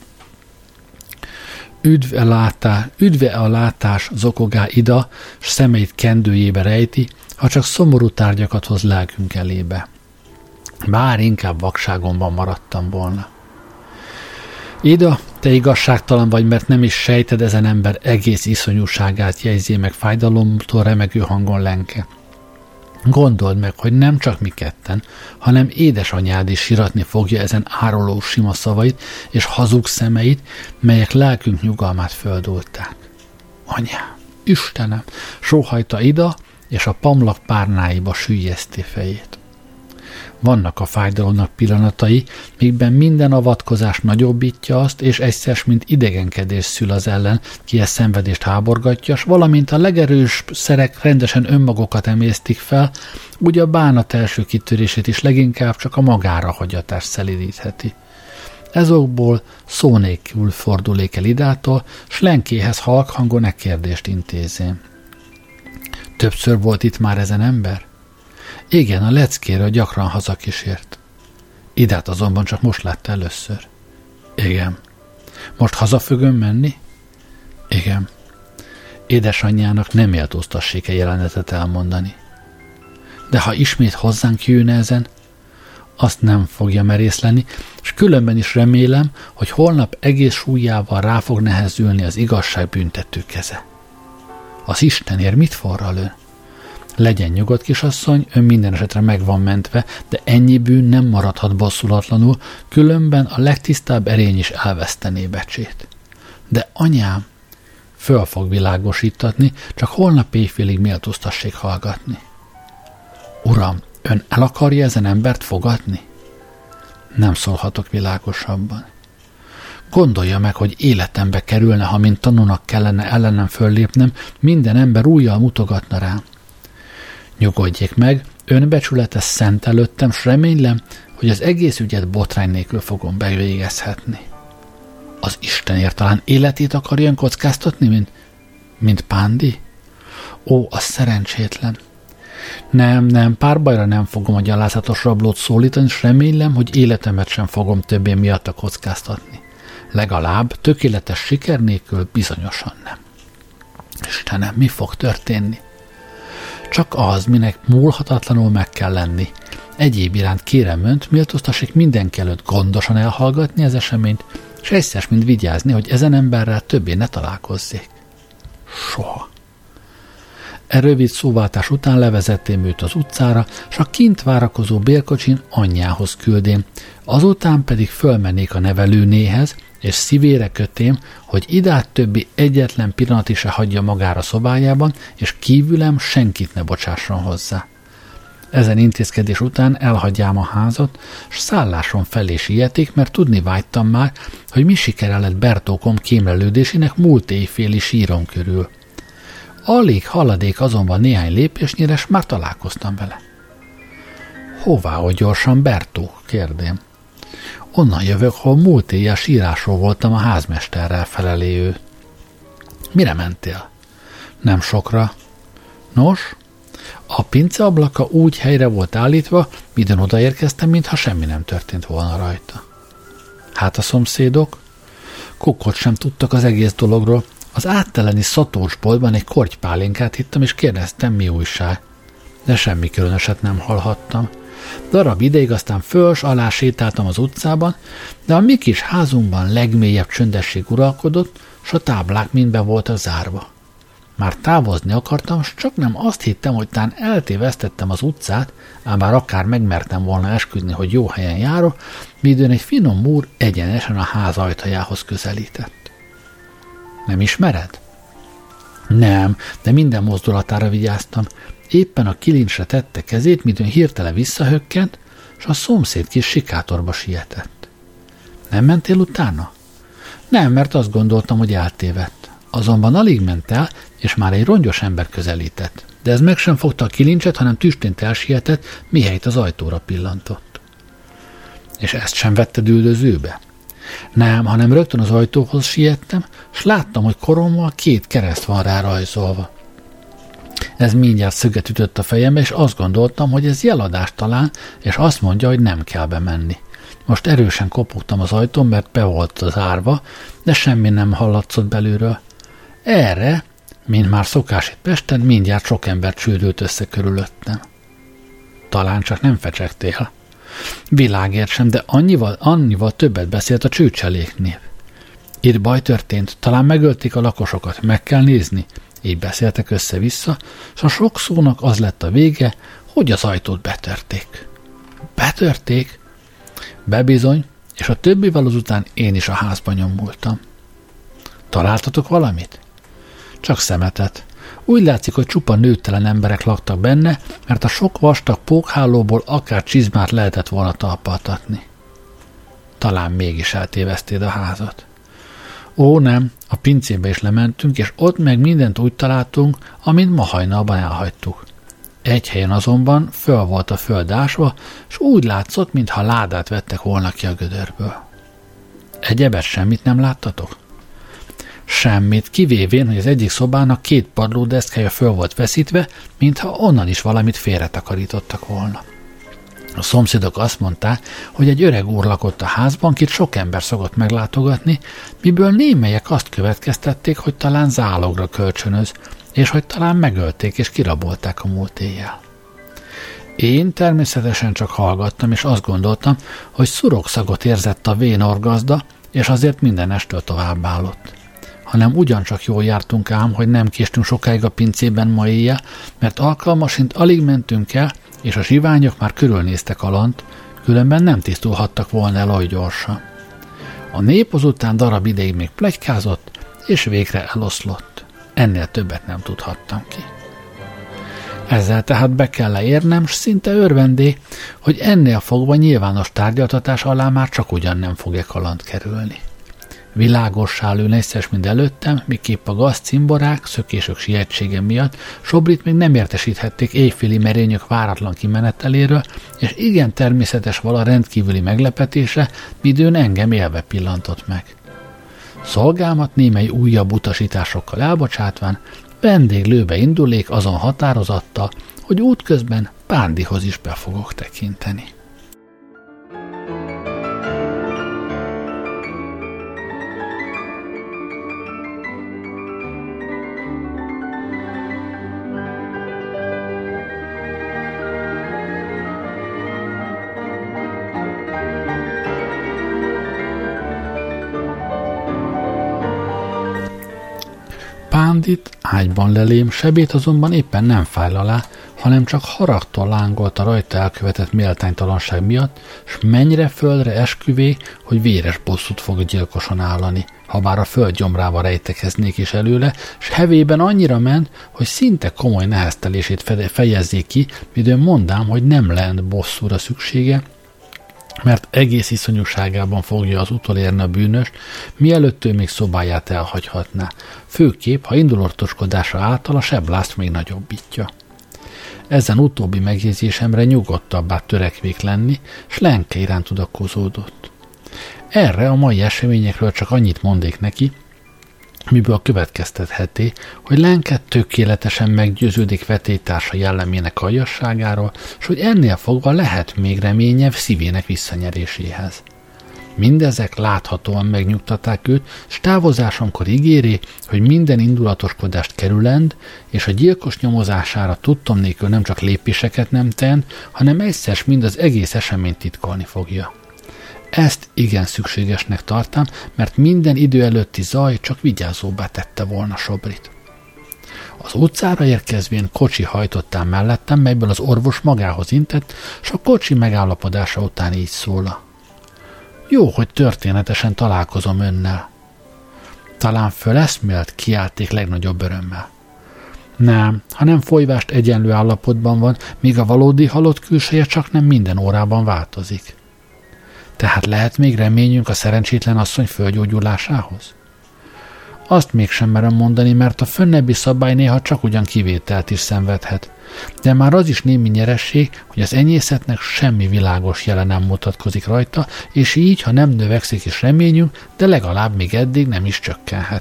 Üdve a látás, zokogá Ida, s szemeit kendőjébe rejti, ha csak szomorú tárgyakat hoz lelkünk elébe. Bár inkább vakságomban maradtam volna. Ida, te igazságtalan vagy, mert nem is sejted ezen ember egész iszonyúságát, jegyzé meg fájdalomtól remegő hangon Lenke. Gondold meg, hogy nem csak mi ketten, hanem édesanyád is siratni fogja ezen áruló sima szavait és hazug szemeit, melyek lelkünk nyugalmát földolták. Anyám, Istenem, sóhajta Ida, és a pamlak párnáiba süllyeszti fejét. Vannak a fájdalomnak pillanatai, mikben minden avatkozás nagyobbítja azt, és egyszer, mint idegenkedés szül az ellen, ki ezt szenvedést háborgatja, s valamint a legerős szerek rendesen önmagukat emésztik fel, úgy a bánat első kitörését is leginkább csak a magára hagyatás szelidítheti. Ezokból szó nélkül fordulék el Idától, s Lenkéhez halk hangon kérdést intézén. Többször volt itt már ezen ember? Igen, a leckéről gyakran hazakísért. Idát azonban csak most látta először. Igen. Most haza fogom menni? Igen. Édesanyjának nem méltóztassék-e jelenetet elmondani. De ha ismét hozzánk jönne ezen, azt nem fogja merészleni, és különben is remélem, hogy holnap egész súlyával rá fog nehezülni az igazság büntető keze. Az Istenért mit forral ön? Legyen nyugodt, kisasszony, ön minden esetre meg van mentve, de ennyi bűn nem maradhat bosszulatlanul, különben a legtisztább erény is elvesztené becsét. De anyám, föl fog világosítatni, csak holnap éjfélig méltóztassék hallgatni. Uram, ön el akarja ezen embert fogadni? Nem szólhatok világosabban. Gondolja meg, hogy életembe kerülne, ha mint tanúnak kellene ellenem föllépnem, minden ember ujjal mutogatna rám. Nyugodjék meg, önbecsülete szent előttem, s remélem, hogy az egész ügyet botrány nélkül fogom bevégezhetni. Az Istenért talán életét akarja kockáztatni, mint Pándi? Ó, az szerencsétlen. Nem, párbajra nem fogom a gyalázatos rablót szólítani, s remélem, hogy életemet sem fogom többé miatta kockáztatni. Legalább tökéletes siker nélkül bizonyosan nem. Istenem, mi fog történni? Csak az, minek múlhatatlanul meg kell lenni. Egyéb iránt kérem önt, méltóztassék mindenki előtt gondosan elhallgatni az eseményt, és egyszer mind vigyázni, hogy ezen emberrel többé ne találkozzék. Soha. E rövid szóváltás után levezettem őt az utcára, s a kint várakozó bérkocsin anyjához küldém, azután pedig fölmennék a nevelőnéhez, és szívére kötém, hogy Idát többi egyetlen pillanatig se hagyja magára szobájában, és kívülem senkit ne bocsásson hozzá. Ezen intézkedés után elhagyjám a házat, s szálláson felé sieték, mert tudni vágytam már, hogy mi sikere lett Bertókom kémlelődésének múlt éjféli sírom körül. Alig haladék azonban néhány lépésnyire, s már találkoztam vele. Hová, hogy gyorsan, Bertó? Kérdém. Onnan jövök, hol múlt éjjel sírásról voltam a házmesterrel, feleli ő. Mire mentél? Nem sokra. Nos, a pince ablaka úgy helyre volt állítva, midőn odaérkeztem, mintha semmi nem történt volna rajta. Hát a szomszédok? Kukkot sem tudtak az egész dologról. Az átteleni szatócsboltban egy kortypálinkát hittem, és kérdeztem, mi újság. De semmi különöset nem hallhattam. Darab ideig aztán föl s alá sétáltam az utcában, de a mi kis házunkban legmélyebb csöndesség uralkodott, s a táblák mind be voltak zárva. Már távozni akartam, s csak nem azt hittem, hogy tán eltévesztettem az utcát, ám bár akár megmertem volna esküdni, hogy jó helyen járok, midőn egy finom múr egyenesen a ház ajtajához közelített. Nem ismered? Nem, de minden mozdulatára vigyáztam. Éppen a kilincsre tette kezét, midőn hirtelen visszahökkent, s a szomszéd kis sikátorba sietett. Nem mentél utána? Nem, mert azt gondoltam, hogy eltévedt. Azonban alig ment el, és már egy rongyos ember közelített. De ez meg sem fogta a kilincset, hanem tüstént elsietett, mihelyt az ajtóra pillantott. És ezt sem vetted üldözőbe? Nem, hanem rögtön az ajtóhoz siettem, s láttam, hogy korommal 2 kereszt van rá rajzolva. Ez mindjárt szöget ütött a fejembe, és azt gondoltam, hogy ez jeladás talán, és azt mondja, hogy nem kell bemenni. Most erősen kopogtam az ajtón, mert be volt zárva, de semmi nem hallatszott belülről. Erre, mint már szokás itt Pesten, mindjárt sok ember csődült össze körülöttem. Talán csak nem fecsegtél. Világért sem, de annyival többet beszélt a csőcseléknév. Itt baj történt, talán megölték a lakosokat, meg kell nézni. Így beszéltek össze-vissza, és a sok szónak az lett a vége, hogy az ajtót betörték. Betörték? Bebizony, és a többivel azután én is a házba nyomultam. Találtatok valamit? Csak szemetet. Úgy látszik, hogy csupa nőttelen emberek laktak benne, mert a sok vastag pókhálóból akár csizmát lehetett volna talpaltatni. Talán mégis eltévesztéd a házat. Ó, nem, a pincébe is lementünk, és ott meg mindent úgy találtunk, amint ma hajnalban elhagytuk. Egy helyen azonban föl volt a föld ásva, és úgy látszott, mintha ládát vettek volna ki a gödörből. Egyebet semmit nem láttatok? Semmit, kivévén, hogy az egyik szobának 2 padlódeszkája föl volt veszítve, mintha onnan is valamit félretakarítottak volna. A szomszédok azt mondták, hogy egy öreg úr lakott a házban, kit sok ember szokott meglátogatni, miből némelyek azt következtették, hogy talán zálogra kölcsönöz, és hogy talán megölték és kirabolták a múlt éjjel. Én természetesen csak hallgattam, és azt gondoltam, hogy szurogszagot érzett a vénorgazda, és azért minden estől tovább állott. Hanem ugyancsak jól jártunk ám, hogy nem késtünk sokáig a pincében ma éjjel, mert alkalmasint alig mentünk el, és a zsiványok már körülnéztek alant, különben nem tisztulhattak volna el oly gyorsan. A nép azután darab ideig még pletykázott, és végre eloszlott. Ennél többet nem tudhattam ki. Ezzel tehát be kell érnem, s szinte örvendé, hogy ennél fogva nyilvános tárgyaltatás alá már csak ugyan nem fog kaland kerülni. Világossá lő necces, mint előttem, miképp a gazcimborák, szökésök sietsége miatt Sobrit még nem értesíthették éjféli merényök váratlan kimeneteléről, és igen természetes vala rendkívüli meglepetése, midőn engem élve pillantott meg. Szolgámat némely újabb utasításokkal elbocsátván vendéglőbe indulék azon határozattal, hogy útközben Pándihoz is be fogok tekinteni. Pándit ágyban lelém, sebét azonban éppen nem fájl alá, hanem csak haragtól lángolt a rajta elkövetett méltánytalanság miatt, s mennyire földre esküvé, hogy véres bosszút fog a gyilkoson állani, ha bár a föld gyomrába rejtekeznék is előle, s hevében annyira ment, hogy szinte komoly neheztelését fejezzék ki, midőn mondám, hogy nem lent bosszúra szüksége, mert egész iszonyúságában fogja az utolérni a bűnöst, mielőtt ő még szobáját elhagyhatná, főképp, ha indulatoskodása által a seblázt még nagyobbítja. Ezen utóbbi megjegyzésemre nyugodtabbá törekvék lenni, s Lenke iránt tudakozódott. Erre a mai eseményekről csak annyit mondék neki, miből következtetheti, hogy Lenke tökéletesen meggyőződik vetélytársa jellemének aljasságáról, s hogy ennél fogva lehet még reménye szívének visszanyeréséhez. Mindezek láthatóan megnyugtatták őt, s távozásomkor ígéri, hogy minden indulatoskodást kerülend, és a gyilkos nyomozására tudtom nélkül nem csak lépéseket nem ten, hanem egyszer mind az egész eseményt titkolni fogja. Ezt igen szükségesnek tartám, mert minden idő előtti zaj csak vigyázóbbá tette volna Sobrit. Az utcára érkezvén kocsi hajtottál mellettem, melyből az orvos magához intett, s a kocsi megállapodása után így szóla. Jó, hogy történetesen találkozom önnel. Talán föleszmélt, kiálték legnagyobb örömmel. Nem, hanem folyvást egyenlő állapotban van, míg a valódi halott külseje csak nem minden órában változik. Tehát lehet még reményünk a szerencsétlen asszony fölgyógyulásához? Azt mégsem merem mondani, mert a fönnebbi szabály néha csak ugyan kivételt is szenvedhet, de már az is némi nyeresség, hogy az enyészetnek semmi világos jele nem mutatkozik rajta, és így, ha nem növekszik is reményünk, de legalább még eddig nem is csökkenhet.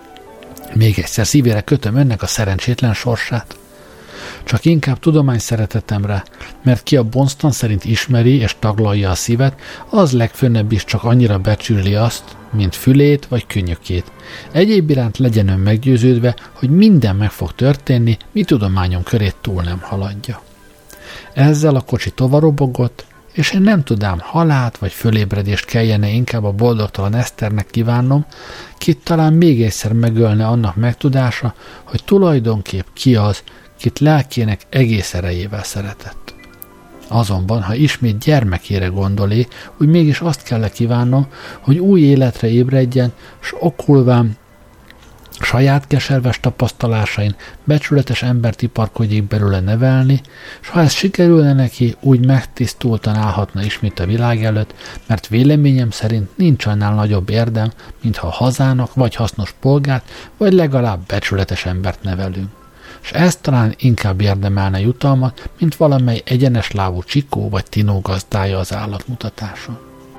Még egyszer szívére kötöm önnek a szerencsétlen sorsát. Csak inkább tudomány szeretetemre, mert ki a Bonston szerint ismeri és taglalja a szívet, az legfönnebb is csak annyira becsüli azt, mint fülét vagy könnyökét. Egyéb iránt legyen ön meggyőződve, hogy minden meg fog történni, mi tudományom körét túl nem haladja. Ezzel a kocsi tovarobogott, és én nem tudám, halált vagy fölébredést kellene inkább a boldogtalan Eszternek kívánnom, kit talán még egyszer megölne annak megtudása, hogy tulajdonképp ki az, kit lelkének egész erejével szeretett. Azonban, ha ismét gyermekére gondolé, úgy mégis azt kell kívánnom, hogy új életre ébredjen, s okulván saját keserves tapasztalásain becsületes embert iparkodjék belőle nevelni, s ha ez sikerülne neki, úgy megtisztultan állhatna ismét a világ előtt, mert véleményem szerint nincs annál nagyobb érdem, mintha hazának vagy hasznos polgárt, vagy legalább becsületes embert nevelünk. És ez talán inkább érdemelne jutalmat, mint valamely egyenes lábú csikó vagy tinó gazdája az állatmutatáson.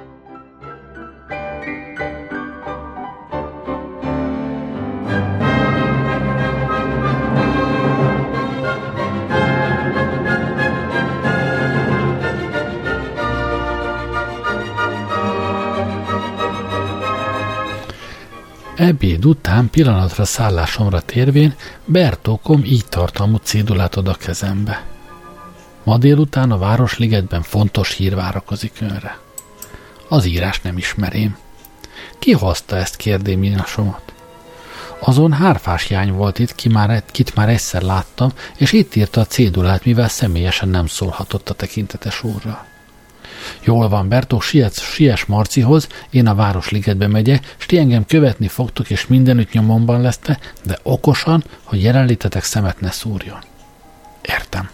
Ebéd után pillanatra szállásomra térvén Bertókom így tartalmú cédulát ad a kezembe. Ma délután a Városligetben fontos hír várakozik önre. Az írás nem ismerém. Ki hozta ezt, kérdém írásomat? Azon hárfás jány volt itt, kit már egyszer láttam, és itt írta a cédulát, mivel személyesen nem szólhatott a tekintetes úrral. Jól van, Bertók, siess Marcihoz, én a Városligetbe megyek, s ti engem követni fogtok, és mindenütt nyomomban leszte, de okosan, hogy jelenlétetek szemet ne szúrjon. Értem.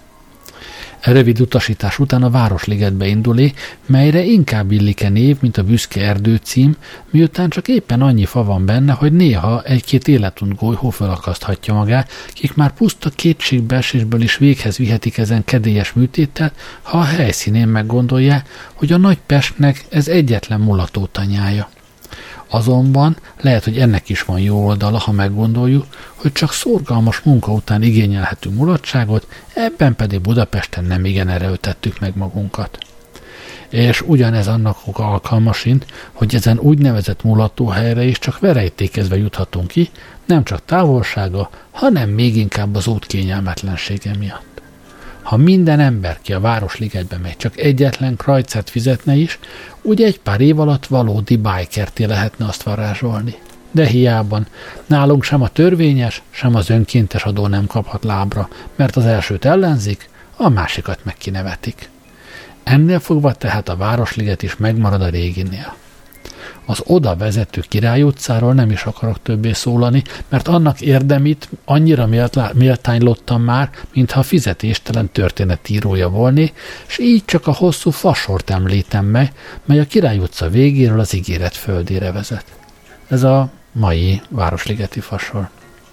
E rövid utasítás után a Városligetbe indulé, melyre inkább illik-e név, mint a büszke erdő cím, miután csak éppen annyi fa van benne, hogy néha egy-két életunt golyhó felakaszthatja magát, kik már puszta kétségbeesésből is véghez vihetik ezen kedélyes műtéttel, ha a helyszínén meggondolják, hogy a Nagy Pestnek ez egyetlen mulató tanyája. Azonban lehet, hogy ennek is van jó oldala, ha meggondoljuk, hogy csak szorgalmas munka után igényelhetünk mulatságot, ebben pedig Budapesten nem igen erőltettük meg magunkat. És ugyanez annak alkalmasint, hogy ezen úgynevezett mulatóhelyre is csak verejtékezve juthatunk ki, nem csak távolsága, hanem még inkább az út kényelmetlensége miatt. Ha minden ember, ki a Városligetbe megy, csak egyetlen krajcert fizetne is, úgy egy pár év alatt valódi bájkerté lehetne azt varázsolni. De hiában, nálunk sem a törvényes, sem az önkéntes adó nem kaphat lábra, mert az elsőt ellenzik, a másikat meg kinevetik. Ennél fogva tehát a Városliget is megmarad a réginél. Az oda vezető Király utcáról nem is akarok többé szólani, mert annak érdemét annyira méltánylottam már, mintha fizetéstelen történetírója volné, és így csak a hosszú fasort említem meg, mely a Király utca végéről az ígéret földére vezet. Ez a mai Városligeti fasor.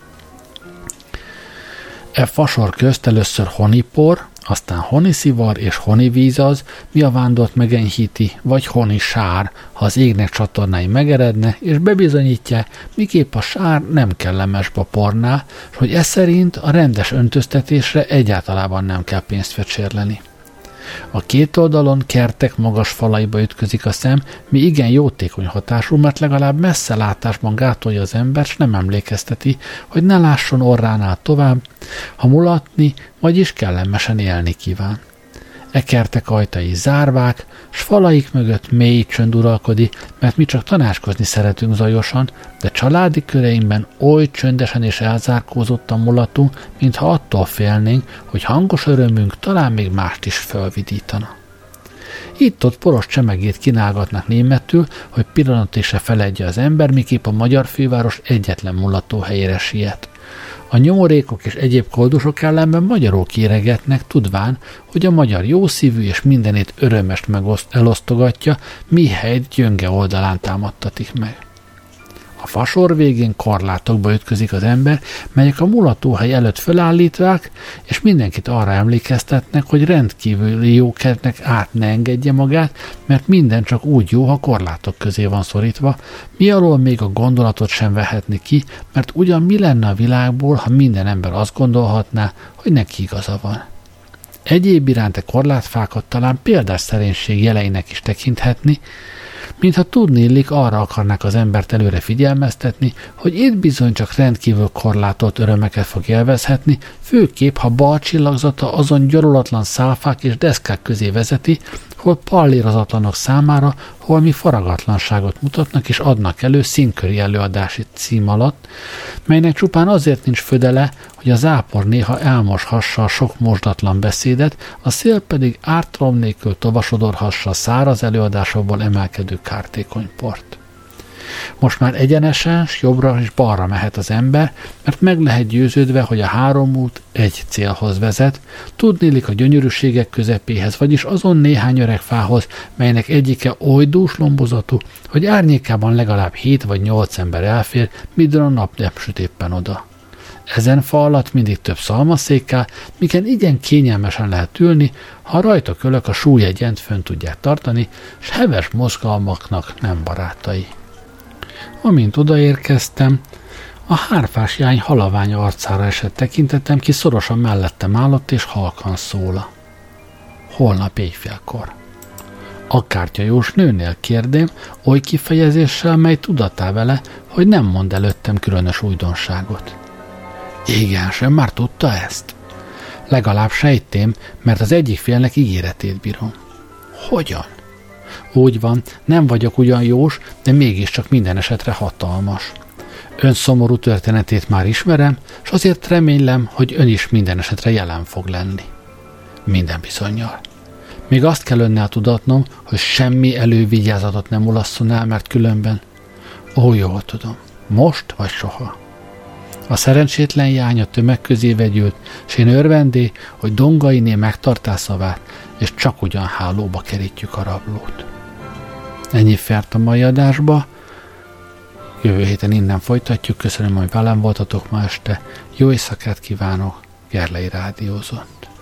E fasor közt először honipor, aztán honiszivar és honivíz az, mi a vándort megenyhíti, vagy honisár, ha az égnek csatornái megeredne, és bebizonyítja, miképp a sár nem kellemes pornál, és hogy ez szerint a rendes öntöztetésre egyáltalában nem kell pénzt fecsérleni. A két oldalon kertek magas falaiba ütközik a szem, mi igen jótékony hatású, mert legalább messze látásban gátolja az ember, s nem emlékezteti, hogy ne lásson orránál tovább, ha mulatni, vagyis kellemesen élni kíván. E kertek ajtai zárvák, s falaik mögött mély csönd uralkodik, mert mi csak tanácskozni szeretünk zajosan, de családi köreinkben oly csöndesen és elzárkózottan mulatunk, mintha attól félnénk, hogy hangos örömünk talán még mást is fölvidítana. Itt-ott poros csemegét kínálgatnak németül, hogy pillanatig se feledje az ember, miképp a magyar főváros egyetlen mulató helyére siet. A nyomorékok és egyéb koldusok ellenben magyarul kéregetnek, tudván, hogy a magyar jószívű és mindenét örömest elosztogatja, mihelyt gyönge oldalán támadtatik meg. A fasor végén korlátokba ütközik az ember, melyek a mulatóhely előtt fölállítvák, és mindenkit arra emlékeztetnek, hogy rendkívüli jókedvnek át ne engedje magát, mert minden csak úgy jó, ha korlátok közé van szorítva, mi alól még a gondolatot sem vehetni ki, mert ugyan mi lenne a világból, ha minden ember azt gondolhatná, hogy neki igaza van. Egyéb iránt a korlátfákat talán példás szerénység jeleinek is tekinthetni, mintha tudniillik, arra akarnák az embert előre figyelmeztetni, hogy itt bizony csak rendkívül korlátolt örömeket fog élvezhetni, főképp, ha bal csillagzata azon gyarulatlan szálfák és deszkák közé vezeti, hol pallérozatlanok számára holmi faragatlanságot mutatnak és adnak elő színköri előadási cím alatt, melynek csupán azért nincs födele, hogy a zápor néha elmoshassa a sok mosdatlan beszédet, a szél pedig ártalom nélkül tovasodorhassa a száraz előadásokból emelkedő kártékony port. Most már egyenesen, s jobbra és balra mehet az ember, mert meg lehet győződve, hogy a három út egy célhoz vezet, tudnélik a gyönyörűségek közepéhez, vagyis azon néhány öreg fához, melynek egyike oly dúslombozatú, hogy árnyékában legalább 7 vagy 8 ember elfér, midőn a nap nem süt éppen oda. Ezen fa alatt mindig több szalmaszékkel, miken igen kényelmesen lehet ülni, ha rajta kölök a súlyegyent fönn tudják tartani, s heves mozgalmaknak nem barátai. Amint odaérkeztem, a hárfás jány halavány arcára esett tekintetem, ki szorosan mellettem állott és halkan szóla. Holnap éjfélkor. A kártyajós nőnél kérdém, oly kifejezéssel, mely tudatá vele, hogy nem mond előttem különös újdonságot. Igen, sem már tudta ezt? Legalább sejtém, mert az egyik félnek ígéretét bírom. Hogyan? Úgy van, nem vagyok ugyan jós, de mégiscsak minden esetre hatalmas. Ön szomorú történetét már ismerem, s azért remélem, hogy ön is minden esetre jelen fog lenni. Minden bizonnyal. Még azt kell önnel tudatnom, hogy semmi elővigyázatot nem ulasszon el, mert különben... Ó, jól tudom. Most vagy soha. A szerencsétlen jány a tömeg közé vegyült, s én örvendé, hogy Dongainé megtartá szavát, és csak ugyan hálóba kerítjük a rablót. Ennyi fért a mai adásba. Jövő héten innen folytatjuk. Köszönöm, hogy velem voltatok ma este. Jó éjszakát kívánok. Gerlei rádiózott.